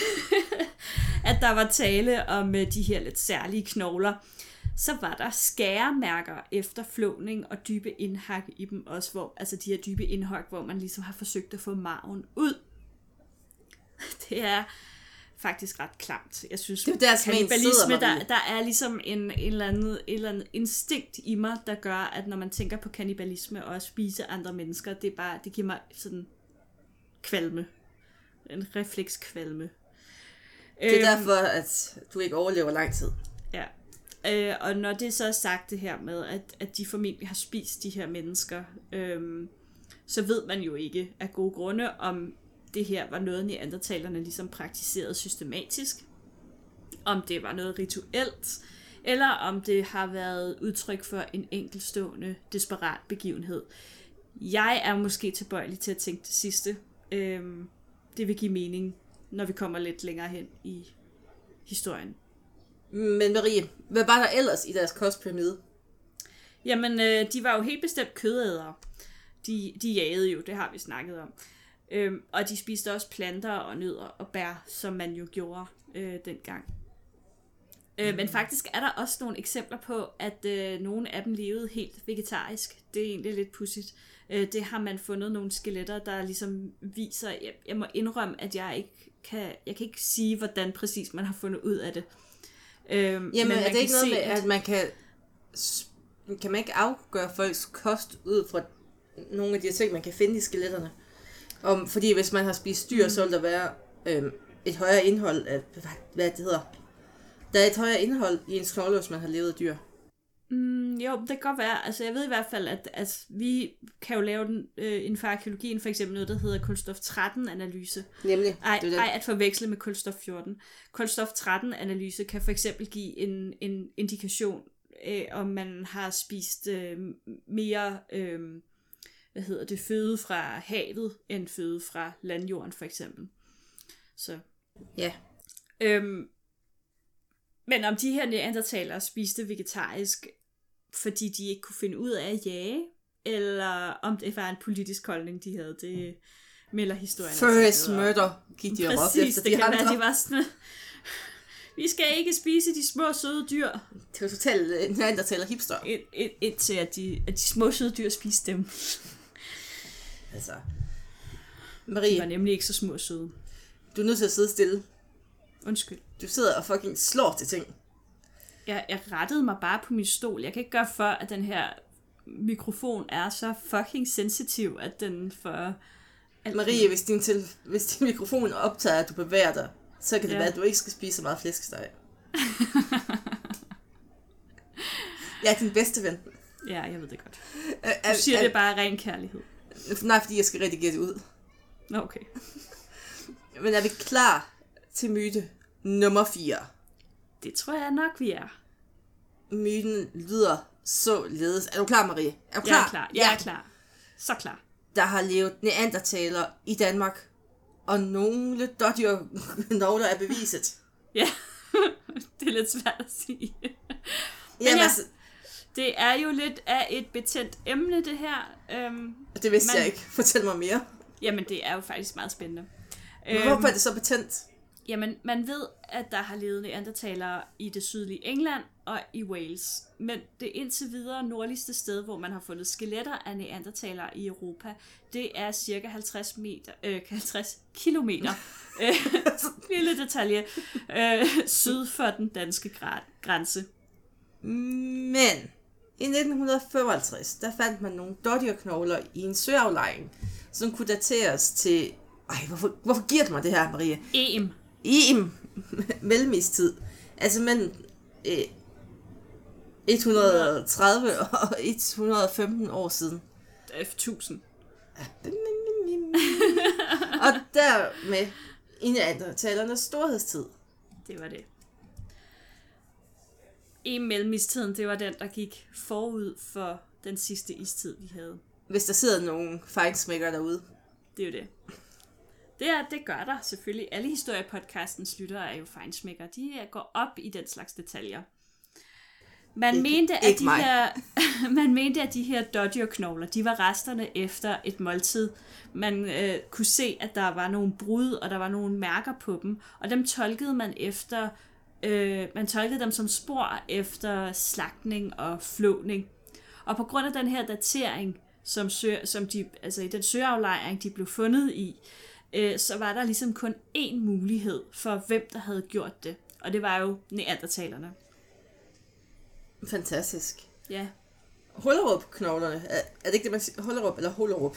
der var tale om de her lidt særlige knogler, så var der skæremærker efter flåning og dybe indhak i dem også, hvor, altså de her dybe indhak, hvor man ligesom har forsøgt at få marven ud. Det er faktisk ret klamt. Jeg synes, det er deres kannibalisme, der er ligesom en eller anden instinkt i mig, der gør, at når man tænker på kannibalisme og at spise andre mennesker, det giver mig sådan kvalme. En reflekskvalme. Det er derfor, at du ikke overlever lang tid. Ja. Og når det så er sagt det her med, at de formentlig har spist de her mennesker, så ved man jo ikke af gode grunde, om det her var noget, neandertalerne ligesom praktiserede systematisk, om det var noget rituelt, eller om det har været udtryk for en enkeltstående, desperat begivenhed. Jeg er måske tilbøjelig til at tænke det sidste. Det vil give mening, når vi kommer lidt længere hen i historien. Men Marie, hvad var der ellers i deres kostpyramide? Jamen, de var jo helt bestemt kødædere. De jagede jo, det har vi snakket om. Og de spiste også planter og nødder og bær, som man jo gjorde dengang. Men faktisk er der også nogle eksempler på, at nogle af dem levede helt vegetarisk. Det er egentlig lidt pudsigt. Det har man fundet nogle skeletter, der ligesom viser... Jeg må indrømme, at jeg kan ikke sige, hvordan præcis man har fundet ud af det. Jamen, er det ikke noget med, at man kan man ikke afgøre folks kost ud fra nogle af de ting, man kan finde i skeletterne? Fordi hvis man har spist dyr, så vil der være et højere indhold af... Hvad det hedder? Der er et højere indhold i ens knogle, hvis man har levet af dyr. Jo, det kan godt være. Altså, jeg ved i hvert fald, at vi kan jo lave den inden for arkeologien, for eksempel noget, der hedder kulstof 13-analyse. Nemlig. Ej, at forveksle med kulstof 14. Kulstof 13-analyse kan for eksempel give en indikation om man har spist mere føde fra havet, end føde fra landjorden, for eksempel. Så. Ja. Men om de her neandertalere spiste vegetarisk, fordi de ikke kunne finde ud af at jage, eller om det var en politisk holdning, de havde, det melder historien. First murder gik de jo op efter det kan være, de var sådan, vi skal ikke spise de små søde dyr. Det var totalt neandertaler hipster. Indtil at de små søde dyr spiste dem. Altså, Marie. De var nemlig ikke så små søde. Du er nødt til at sidde stille. Undskyld. Du sidder og fucking slår til ting. Jeg rettede mig bare på min stol. Jeg kan ikke gøre for, at den her mikrofon er så fucking sensitiv, at den for... Marie, hvis din mikrofon optager, at du bevæger dig, så kan det være, at du ikke skal spise så meget flæskesteg. Jeg er din bedste ven. Ja, jeg ved det godt. Du siger det bare ren kærlighed. Nej, fordi jeg skal redigere det ud. Okay. Men er vi klar til myte nummer 4? Det tror jeg nok, vi er. Myten lyder således. Er du klar, Marie? Er du klar? Jeg er klar. Jeg er klar. Så klar. Der har levet neandertaler i Danmark, og nogle dårdyr er beviset. Ja, det er lidt svært at sige. Men Jamen, altså, det er jo lidt af et betændt emne, det her. Det vidste jeg ikke. Fortæl mig mere. Jamen, det er jo faktisk meget spændende. Men hvorfor er det så betændt? Jamen, man ved, at der har levet neandertalere i det sydlige England og i Wales. Men det indtil videre nordligste sted, hvor man har fundet skeletter af neandertalere i Europa, det er cirka 50 kilometer, lille detalje, syd for den danske grænse. Men i 1955, der fandt man nogle dårdyrknogler i en søaflejring, som kunne dateres til... hvorfor giver du mig det her, Marie? EM. Mellemistid. Altså mellem 130 og 115 år siden. F1000. Og dermed i neandertalernes storhedstid. Det var det. I mellemistiden, det var den, der gik forud for den sidste istid, vi havde. Hvis der sidder nogle fejnsmækker derude. Det er jo det. Det gør der selvfølgelig. Alle historiepodcastens lyttere er jo fejnsmækker. De går op i den slags detaljer. Man mente, at de her dårdyrknogler, de var resterne efter et måltid. Man kunne se, at der var nogle brud, og der var nogle mærker på dem. Og dem tolkede man efter... man tolkede dem som spor efter slagtning og flåning. Og på grund af den her datering, som de, altså i den søaflejring, de blev fundet i, så var der ligesom kun én mulighed for, hvem der havde gjort det. Og det var jo neandertalerne. Fantastisk. Ja. Hullerup-knoglerne. Er det ikke det, man siger? Hullerup eller Hullerup?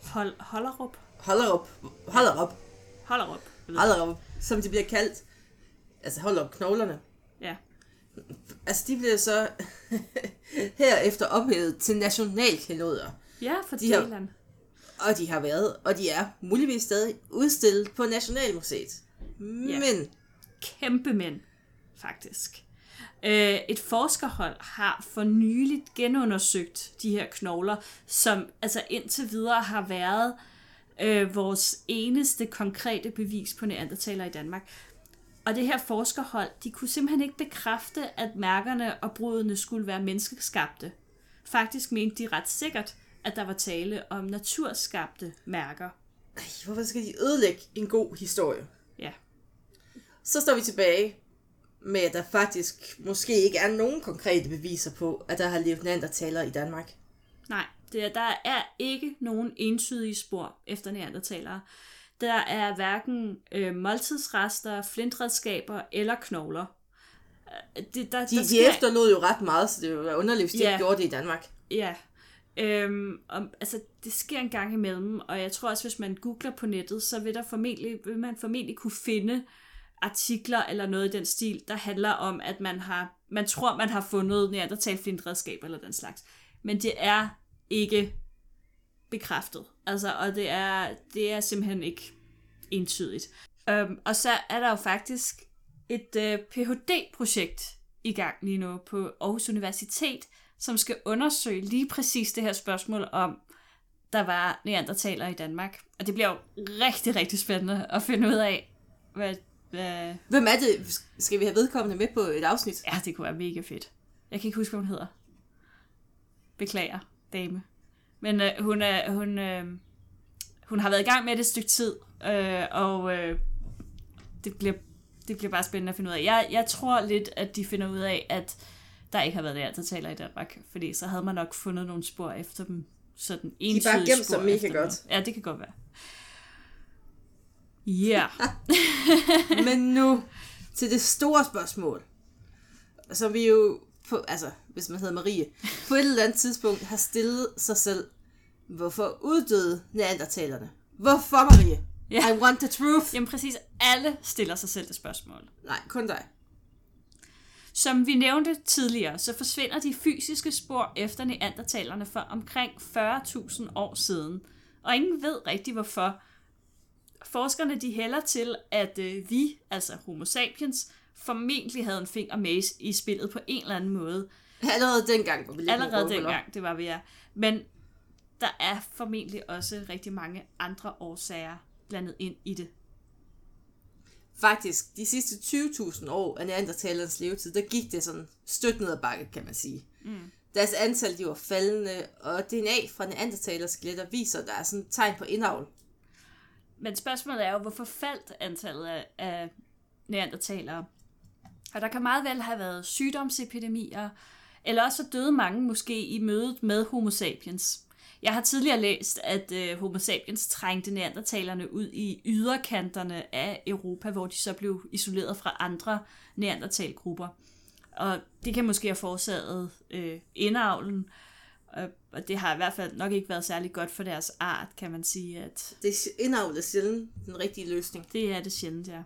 Hollerup. Som de bliver kaldt. Altså Hullerup-knoglerne. Ja. Altså de bliver så herefter ophævet til nationalklenodier. Ja, for Zealand. Og de har været, og de er muligvis stadig udstillet på Nationalmuseet. Ja. Men... Kæmpe mænd, faktisk. Et forskerhold har for nyligt genundersøgt de her knogler, som altså indtil videre har været vores eneste konkrete bevis på neandertalere i Danmark. Og det her forskerhold, de kunne simpelthen ikke bekræfte, at mærkerne og brudene skulle være menneskeskabte. Faktisk mente de ret sikkert, at der var tale om naturskabte mærker. Hvorfor skal de ødelægge en god historie? Ja. Så står vi tilbage med, at der faktisk måske ikke er nogen konkrete beviser på, at der har levet neandertalere i Danmark. Nej, der er ikke nogen entydige spor efter neandertalere. Der er hverken måltidsrester, flintredskaber eller knogler. De efterlod jo ret meget, så det var underligt, hvis de ikke gjorde det i Danmark. Ja, altså det sker en gang imellem, og jeg tror også, hvis man googler på nettet, så vil man formentlig kunne finde artikler eller noget i den stil, der handler om, at man tror, man har fundet neandertal-flintredskaber eller den slags. Men det er ikke bekræftet. Altså, og det er simpelthen ikke entydigt. Og så er der jo faktisk et Ph.D.-projekt i gang lige nu på Aarhus Universitet, som skal undersøge lige præcis det her spørgsmål om, der var neandertalere i Danmark. Og det bliver jo rigtig, rigtig spændende at finde ud af, hvad... Hvem er det? Skal vi have vedkommende med på et afsnit? Ja, det kunne være mega fedt. Jeg kan ikke huske, hvad hun hedder. Beklager, dame. Men hun har været i gang med det et stykke tid, og det bliver bare spændende at finde ud af. Jeg tror lidt, at de finder ud af, at der ikke har været neandertalere i Danmark, fordi så havde man nok fundet nogle spor efter dem. Sådan entydige spor. De er bare gemt sig mega godt. Ja, det kan godt være. Ja. Yeah. Men nu til det store spørgsmål, som vi jo, hvis man hedder Marie, på et eller andet tidspunkt har stillet sig selv. Hvorfor uddøde neandertalerne? Hvorfor, Marie? Yeah. I want the truth. Jamen præcis, alle stiller sig selv det spørgsmål. Nej, kun dig. Som vi nævnte tidligere, så forsvinder de fysiske spor efter neandertalerne for omkring 40.000 år siden. Og ingen ved rigtig hvorfor. Forskerne de hælder til, at vi, altså Homo sapiens, formentlig havde en finger med i spillet på en eller anden måde. Allerede dengang var vi lidt. Allerede dengang, det var vi, ja. Men der er formentlig også rigtig mange andre årsager blandet ind i det. Faktisk, de sidste 20.000 år af neandertalernes levetid, der gik det sådan stødt ned ad bakke, kan man sige. Deres antal, de var faldende, og DNA fra neandertalers skeletter viser, at der er sådan et tegn på indavl. Men spørgsmålet er jo, hvorfor faldt antallet af neandertalere? Og der kan meget vel have været sygdomsepidemier, eller også døde mange måske i mødet med Homo sapiens. Jeg har tidligere læst, at Homo sapiens trængte neandertalerne ud i yderkanterne af Europa, hvor de så blev isoleret fra andre neandertalgrupper. Og det kan måske have forårsaget indavlen, og det har i hvert fald nok ikke været særlig godt for deres art, kan man sige. At Indavl er sjældent den rigtige løsning. Det er det sjældent, ja.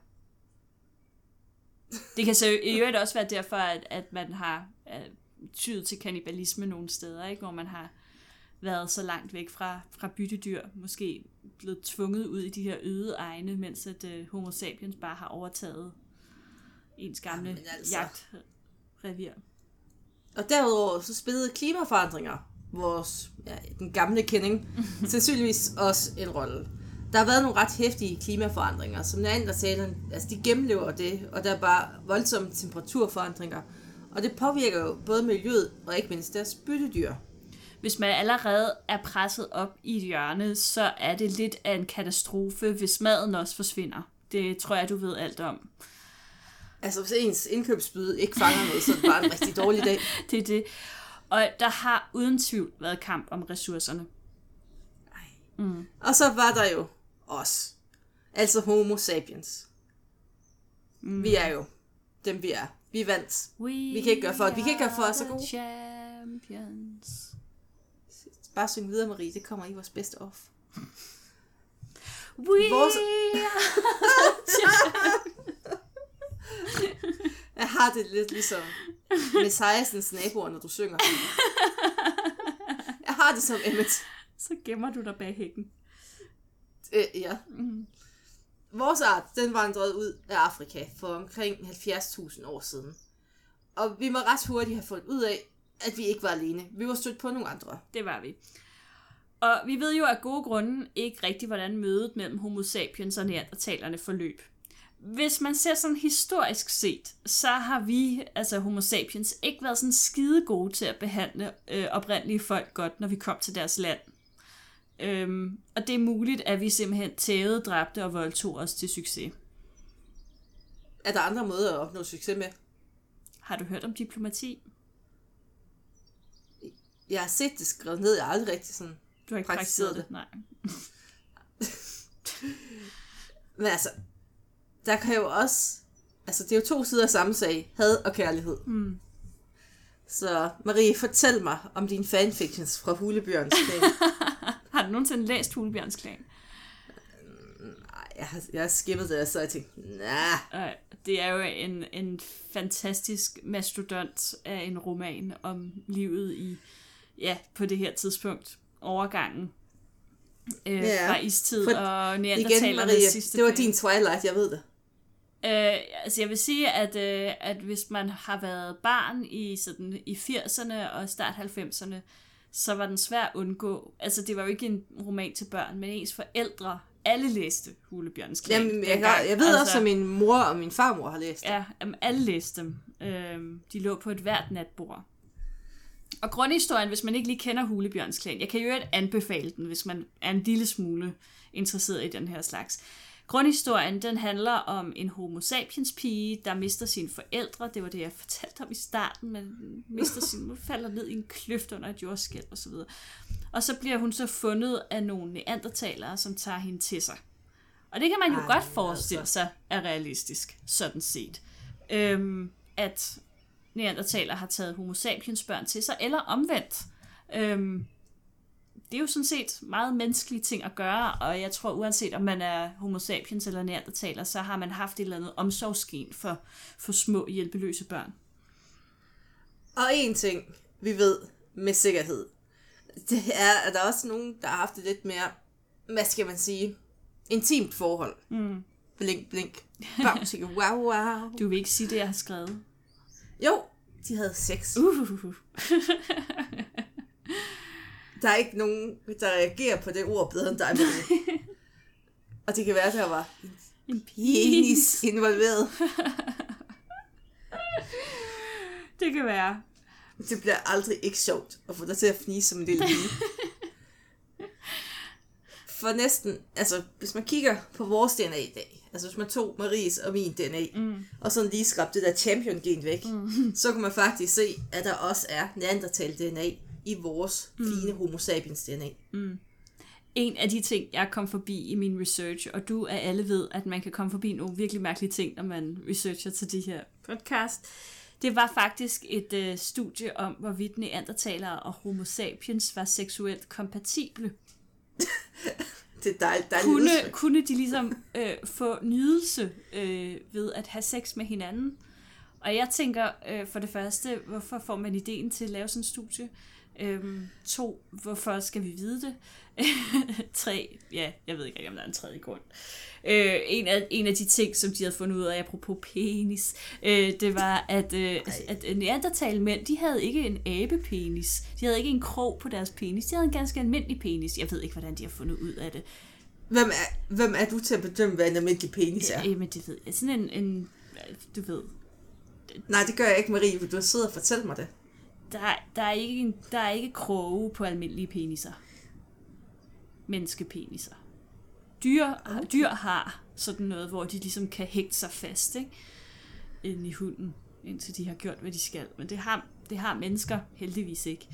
Det kan så i øvrigt også være derfor, at man har tyet til kannibalisme nogle steder, ikke? Hvor man har været så langt væk fra byttedyr, måske blevet tvunget ud i de her øde egne, mens at Homo sapiens bare har overtaget ens gamle jagtrevir. Og derudover så spillede klimaforandringer, den gamle kending, sandsynligvis også en rolle. Der har været nogle ret heftige klimaforandringer, som neandertalerne, altså de gennemlever det, og der er bare voldsomme temperaturforandringer, og det påvirker jo både miljøet og ikke mindst deres byttedyr. Hvis man allerede er presset op i et hjørne, så er det lidt af en katastrofe, hvis maden også forsvinder. Det tror jeg, du ved alt om. Altså, hvis ens indkøbsbyde ikke fanger noget, så er det bare en rigtig dårlig dag. Det er det. Og der har uden tvivl været kamp om ressourcerne. Og så var der jo os. Altså Homo sapiens. Vi er jo dem, vi er. Vi vandt. Vi kan ikke gøre for det. Vi kan ikke gøre for os så gode. Champions. Bare syng videre, Marie. Det kommer i vores bedste off. Jeg har det lidt ligesom Messiahsens naboer, når du synger. Jeg har det som Emmet. Så gemmer du dig bag hækken. Ja. Vores art, den vandrede ud af Afrika for omkring 70.000 år siden. Og vi må ret hurtigt have fundet ud af, at vi ikke var alene. Vi var stødt på nogle andre. Det var vi. Og vi ved jo af gode grunde ikke rigtigt, hvordan mødet mellem Homo sapiens og neandertalerne forløb. Hvis man ser sådan historisk set, så har vi, altså Homo sapiens, ikke været sådan skide gode til at behandle oprindelige folk godt, når vi kom til deres land. Og det er muligt, at vi simpelthen tævede, dræbte og voldtog os til succes. Er der andre måder at opnå succes med? Har du hørt om diplomati? Jeg har set det skrevet ned, jeg har aldrig rigtig sådan du har ikke praktiseret det? Nej. Men altså, der kan jo også, altså det er jo 2 sider af samme sag, had og kærlighed. Så Marie, fortæl mig om dine fanfictions fra Hulebjørns Klan. Har du nogensinde læst Hulebjørns Klan? Nej, jeg har skimmet det, så jeg tænkte, nah. Det er jo en fantastisk mastodont af en roman om livet i, på det her tidspunkt, overgangen fra istid og neandertalernes sidste det var din Twilight, jeg ved det. Altså jeg vil sige, at hvis man har været barn i 80'erne og start 90'erne, så var den svær at undgå. Altså det var jo ikke en roman til børn, men ens forældre, alle læste Hulebjørnens Klan. Jamen, jeg ved også, at min mor og min farmor har læst det. Ja, alle læste dem. De lå på et hvert natbord. Og grundhistorien, hvis man ikke lige kender Hulebjørns Klan, jeg kan jo anbefale den, hvis man er en lille smule interesseret i den her slags. Grundhistorien, den handler om en homo sapiens pige, der mister sine forældre. Det var det, jeg fortalte om i starten. Man falder ned i en kløft under et jordskælv og så videre. Og så bliver hun så fundet af nogle neandertalere, som tager hende til sig. Og det kan man jo godt forestille sig er realistisk, sådan set. At neandertalere har taget homo sapiens børn til sig, eller omvendt. Det er jo sådan set meget menneskelige ting at gøre, og jeg tror, uanset om man er homo sapiens eller neandertaler, så har man haft et eller andet omsorgsgen for små hjælpeløse børn. Og en ting, vi ved med sikkerhed, det er, at der er også nogen, der har haft det lidt mere, hvad skal man sige, intimt forhold. Blink, blink. Wow, wow. Du vil ikke sige det, jeg har skrevet? Jo, de havde sex. Der er ikke nogen, der reagerer på det ord bedre end dig, Marie. Og det kan være, at der var en penis involveret. Det kan være. Det bliver aldrig ikke sjovt at få dig til at fnise som en lille pige. For næsten, altså hvis man kigger på vores DNA i dag, altså hvis man tog Maries og min DNA, og sådan lige skrabte det der champion-gen væk, så kan man faktisk se, at der også er neandertal-DNA i vores fine homo sapiens DNA. En af de ting, jeg kom forbi i min research, og du af alle ved, at man kan komme forbi nogle virkelig mærkelige ting, når man researcher til de her podcast, det var faktisk et studie om, hvorvidt neandertalere og homo sapiens var seksuelt kompatible. Det er dejligt. Kunne de ligesom få nydelse ved at have sex med hinanden? Og jeg tænker, for det første, hvorfor får man ideen til at lave sådan en studie? 2, hvorfor skal vi vide det? 3, ja, jeg ved ikke om der er en tredje grund. En af de ting, som de havde fundet ud af, apropos penis, det var, at neandertalmænd, de havde ikke en abepenis. De havde ikke en krog på deres penis. De havde en ganske almindelig penis. Jeg ved ikke, hvordan de har fundet ud af det. Hvem er du til at bedømme, hvad en almindelig penis er? Jamen, det ved jeg. Sådan en du ved. Nej, det gør jeg ikke, Marie, for du har siddet og fortalt mig det. Der er ikke kroge på almindelige peniser. Menneskepeniser. Dyr har sådan noget, hvor de ligesom kan hægte sig fast, ikke? Inde i hunden, indtil de har gjort, hvad de skal. Men det har mennesker heldigvis ikke.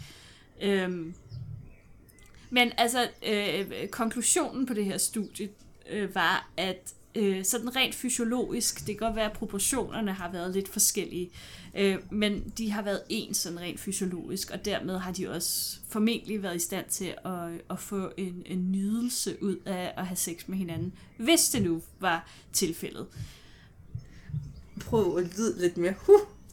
Men altså, konklusionen på det her studie var, at sådan rent fysiologisk, det kan godt være, at proportionerne har været lidt forskellige, men de har været ens sådan rent fysiologisk, og dermed har de også formentlig været i stand til at få en nydelse ud af at have sex med hinanden, hvis det nu var tilfældet. Prøv at lyde lidt mere.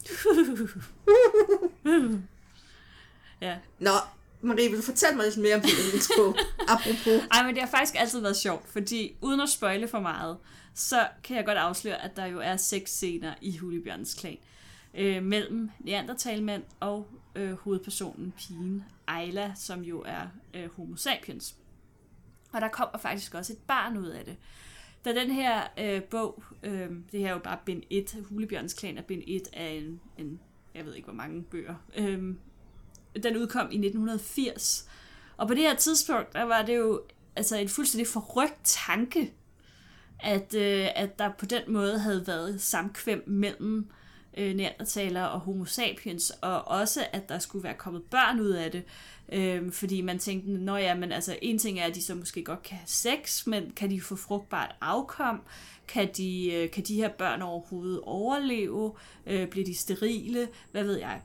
Ja. Nå, Marie, vil du fortælle mig lidt mere om din bog? Apropos. Ej, men det har faktisk altid været sjovt, fordi uden at spoile for meget, så kan jeg godt afsløre, at der jo er 6 scener i Hulebjørnens Klan. Mellem neandertalmænd og hovedpersonen, pigen Ayla, som jo er homo sapiens. Og der kommer faktisk også et barn ud af det. Da den her bog, det her er jo bare bind 1, Hulebjørnens Klan er bind 1 af en jeg ved ikke hvor mange bøger, den udkom i 1980. Og på det her tidspunkt, der var det jo altså en fuldstændig forrygt tanke, at der på den måde havde været samkvem mellem neandertalere og homo sapiens, og også at der skulle være kommet børn ud af det, fordi man tænkte, nå ja, men altså en ting er, at de så måske godt kan have sex, men kan de få frugtbart afkom? Kan de her børn overhovedet overleve? Bliver de sterile? Hvad ved jeg?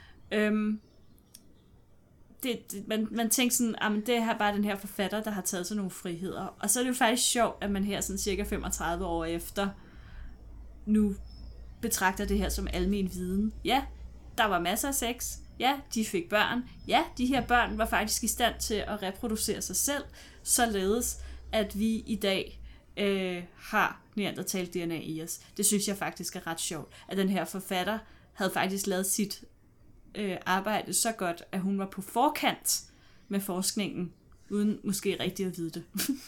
Man tænker sådan, at det er bare den her forfatter, der har taget sådan nogle friheder. Og så er det jo faktisk sjovt, at man her sådan cirka 35 år efter nu betragter det her som almen viden. Ja, der var masser af sex. Ja, de fik børn. Ja, de her børn var faktisk i stand til at reproducere sig selv, således at vi i dag har Neandertal-DNA i os. Det synes jeg faktisk er ret sjovt, at den her forfatter havde faktisk lavet sit arbejde så godt, at hun var på forkant med forskningen, uden måske rigtig at vide det.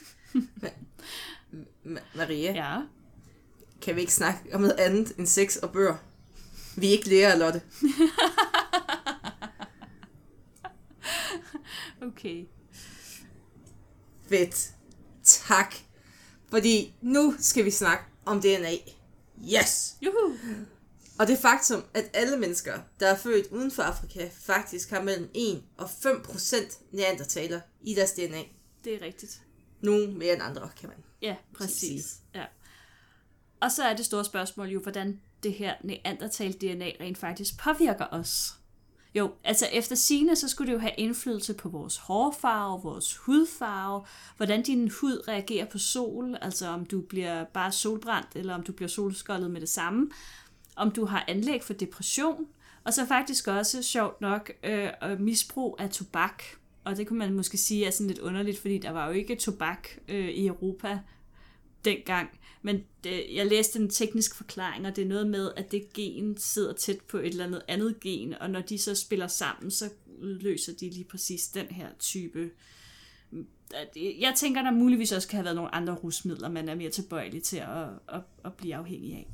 Maria? Ja? Kan vi ikke snakke om noget andet end sex og bøger? Vi er ikke lærer, Lotte. Okay. Fedt. Tak. Fordi nu skal vi snakke om DNA. Yes! Juhu! Og det faktum, at alle mennesker, der er født uden for Afrika, faktisk har mellem 1 og 5% neandertaler i deres DNA. Det er rigtigt. Nogle mere end andre, kan man. Ja, præcis. Ja. Og så er det store spørgsmål jo, hvordan det her Neandertal-DNA rent faktisk påvirker os. Jo, altså efter sigende, så skulle det jo have indflydelse på vores hårfarve, vores hudfarve, hvordan din hud reagerer på sol, altså om du bliver bare solbrændt, eller om du bliver solskoldet med det samme, om du har anlæg for depression, og så faktisk også, sjovt nok, misbrug af tobak. Og det kunne man måske sige er sådan lidt underligt, fordi der var jo ikke tobak i Europa dengang. Men jeg læste en teknisk forklaring, og det er noget med, at det gen sidder tæt på et eller andet gen, og når de så spiller sammen, så udløser de lige præcis den her type. Jeg tænker, der muligvis også kan have været nogle andre rusmidler, man er mere tilbøjelig til at blive afhængig af.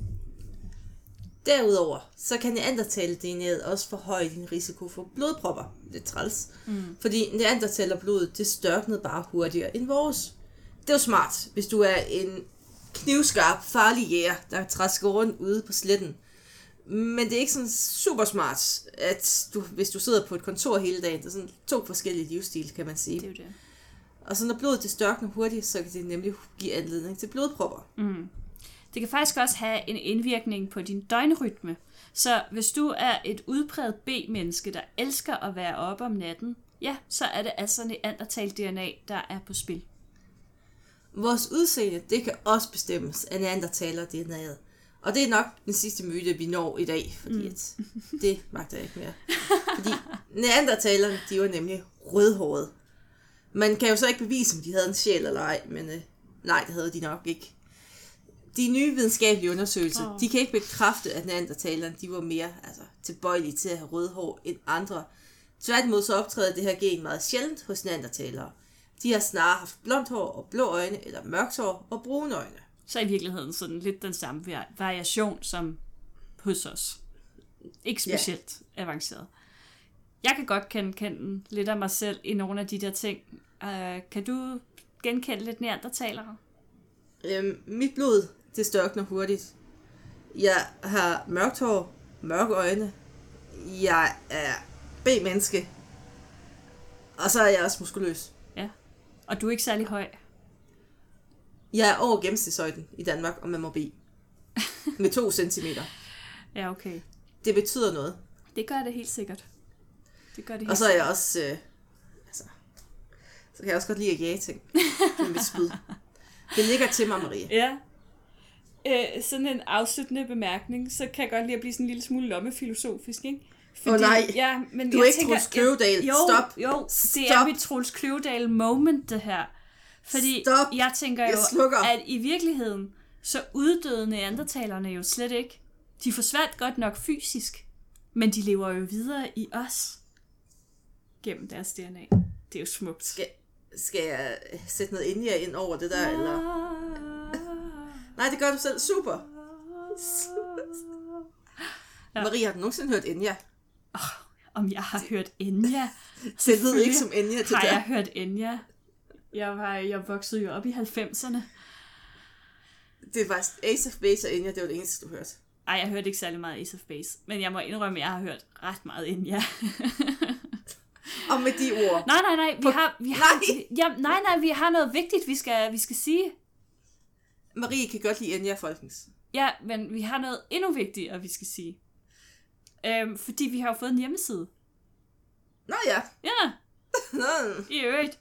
Derudover, så kan neandertal-DNA'et også forhøje din risiko for blodpropper. Lidt træls. Fordi neandertalerblodet, det størknede bare hurtigere end vores. Det er jo smart, hvis du er en knivskarp, farlig jæger, der træsker rundt ude på sletten. Men det er ikke sådan super smart, at hvis du sidder på et kontor hele dagen, det er sådan 2 forskellige livsstile, kan man sige. Det er jo det. Og så når blodet det størkner hurtigt, så kan det nemlig give anledning til blodpropper. Det kan faktisk også have en indvirkning på din døgnrytme. Så hvis du er et udpræget B-menneske, der elsker at være oppe om natten, ja, så er det altså Neandertal-DNA, der er på spil. Vores udseende, det kan også bestemmes af neandertaler-DNA'et. Og det er nok den sidste myte, vi når i dag, fordi at det magter jeg ikke mere. Fordi neandertalerne, de var nemlig rødhårede. Man kan jo så ikke bevise, om de havde en sjæl eller ej, men nej, det havde de nok ikke. De nye videnskabelige undersøgelser, de kan ikke bekræfte, at neandertalerne, de var mere tilbøjelige til at have røde hår end andre. Tværtimod så optræder det her gen meget sjældent hos neandertalere. De har snarere haft blondt hår og blå øjne, eller mørkt hår og brune øjne. Så i virkeligheden sådan lidt den samme variation som hos os. Ikke specielt avanceret. Jeg kan godt kende lidt af mig selv i nogle af de der ting. Kan du genkende lidt neandertalere? Mit blod, det størkner hurtigt. Jeg har mørkt hår, mørke øjne. Jeg er B-menneske. Og så er jeg også muskuløs. Ja. Og du er ikke særlig høj. Jeg er over gennemsnitshøjden i Danmark, og man må bede. Med 2 centimeter. Ja, okay. Det betyder noget. Det gør det helt sikkert. Og så er jeg også... så kan jeg også godt lide at jage ting. Med mit spyd. Det ligger til mig, Marie. Ja. Sådan en afsluttende bemærkning, så kan jeg godt lide at blive sådan en lille smule lommefilosofisk, ikke? Fordi, nej, ja, men du er ikke Troels Kløvedal. Stop. Jo, det er mit Troels Kløvedal moment, det her. Fordi jeg tænker jo, at i virkeligheden, så uddøde neandertalerne jo slet ikke. De forsvandt godt nok fysisk, men de lever jo videre i os. Gennem deres DNA. Det er jo smukt. Skal jeg sætte noget Enya ind over det der, eller? Nej, det gør du selv. Super. Ja. Marie, har du nogensinde hørt Enya? Om jeg har hørt Enya? Selv ved ikke som Enya til har jeg hørt Enya. Jeg voksede jo op i 90'erne. Det er faktisk Ace of Base og Enya, det var det eneste, du hørte. Ej, jeg hørte ikke særlig meget Ace of Base. Men jeg må indrømme, at jeg har hørt ret meget Enya. Og med de ord. Nej. Vi har noget vigtigt, vi skal sige. Marie kan godt lide Enya, folkens. Ja, men vi har noget endnu vigtigere, vi skal sige. Fordi vi har jo fået en hjemmeside. Nå ja. Ja. I øvrigt.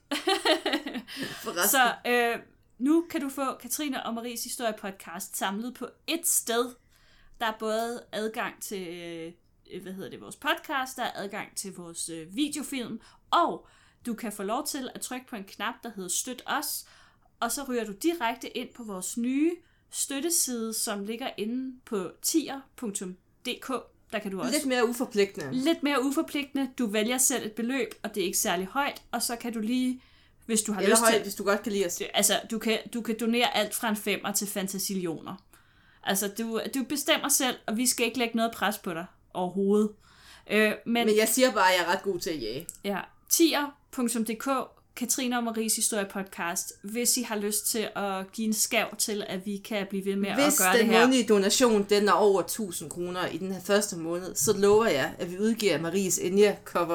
Så nu kan du få Katrine og Maries historiepodcast samlet på ét sted. Der er både adgang til vores podcast, der er adgang til vores videofilm, og du kan få lov til at trykke på en knap, der hedder Støt os, og så ryger du direkte ind på vores nye støtteside, som ligger inde på tier.dk. Der kan du også... Lidt mere uforpligtende. Du vælger selv et beløb, og det er ikke særlig højt, og så kan du lige, hvis du har lyst til... hvis du godt kan lide os. Altså, du kan donere alt fra en 5'er til fantasillioner. Altså, du bestemmer selv, og vi skal ikke lægge noget pres på dig overhovedet. Men jeg siger bare, at jeg er ret god til at jage. Ja. tier.dk, Katrine og Maries historiepodcast, hvis I har lyst til at give en skav til, at vi kan blive ved med at gøre det her. Hvis den månedlige donation, den er over 1000 kroner i den her første måned, så lover jeg, at vi udgiver Maries Enya-cover.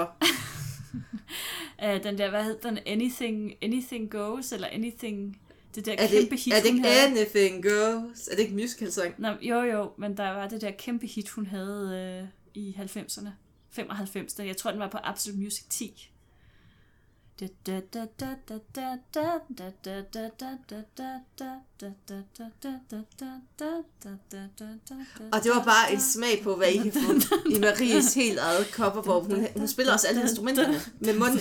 Den der, hvad hedder den? Anything Goes, eller Anything... Det der kæmpe hit, er det ikke Anything Goes? Er det ikke musical-sang? Nå, jo, men der var det der kæmpe hit, hun havde i 90'erne. 95'erne. Jeg tror, den var på Absolute Music 10. Og det var bare en smag på, hvad I kan få i Maries helt eget cover, hvor hun spiller også alle instrumenterne med munden.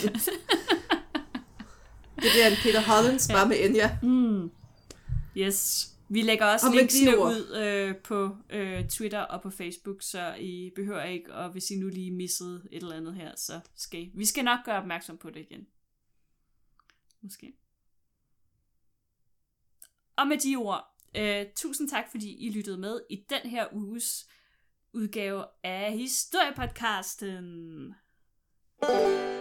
Det bliver en Peter Hollins, bare med Enya. Yes. Vi lægger også linksene ud på Twitter og på Facebook, så I behøver ikke, og hvis I nu lige missede et eller andet her, så skal vi skal nok gøre opmærksom på det igen. Måske. Og med de ord, tusind tak, fordi I lyttede med i den her uges udgave af Historiepodcasten.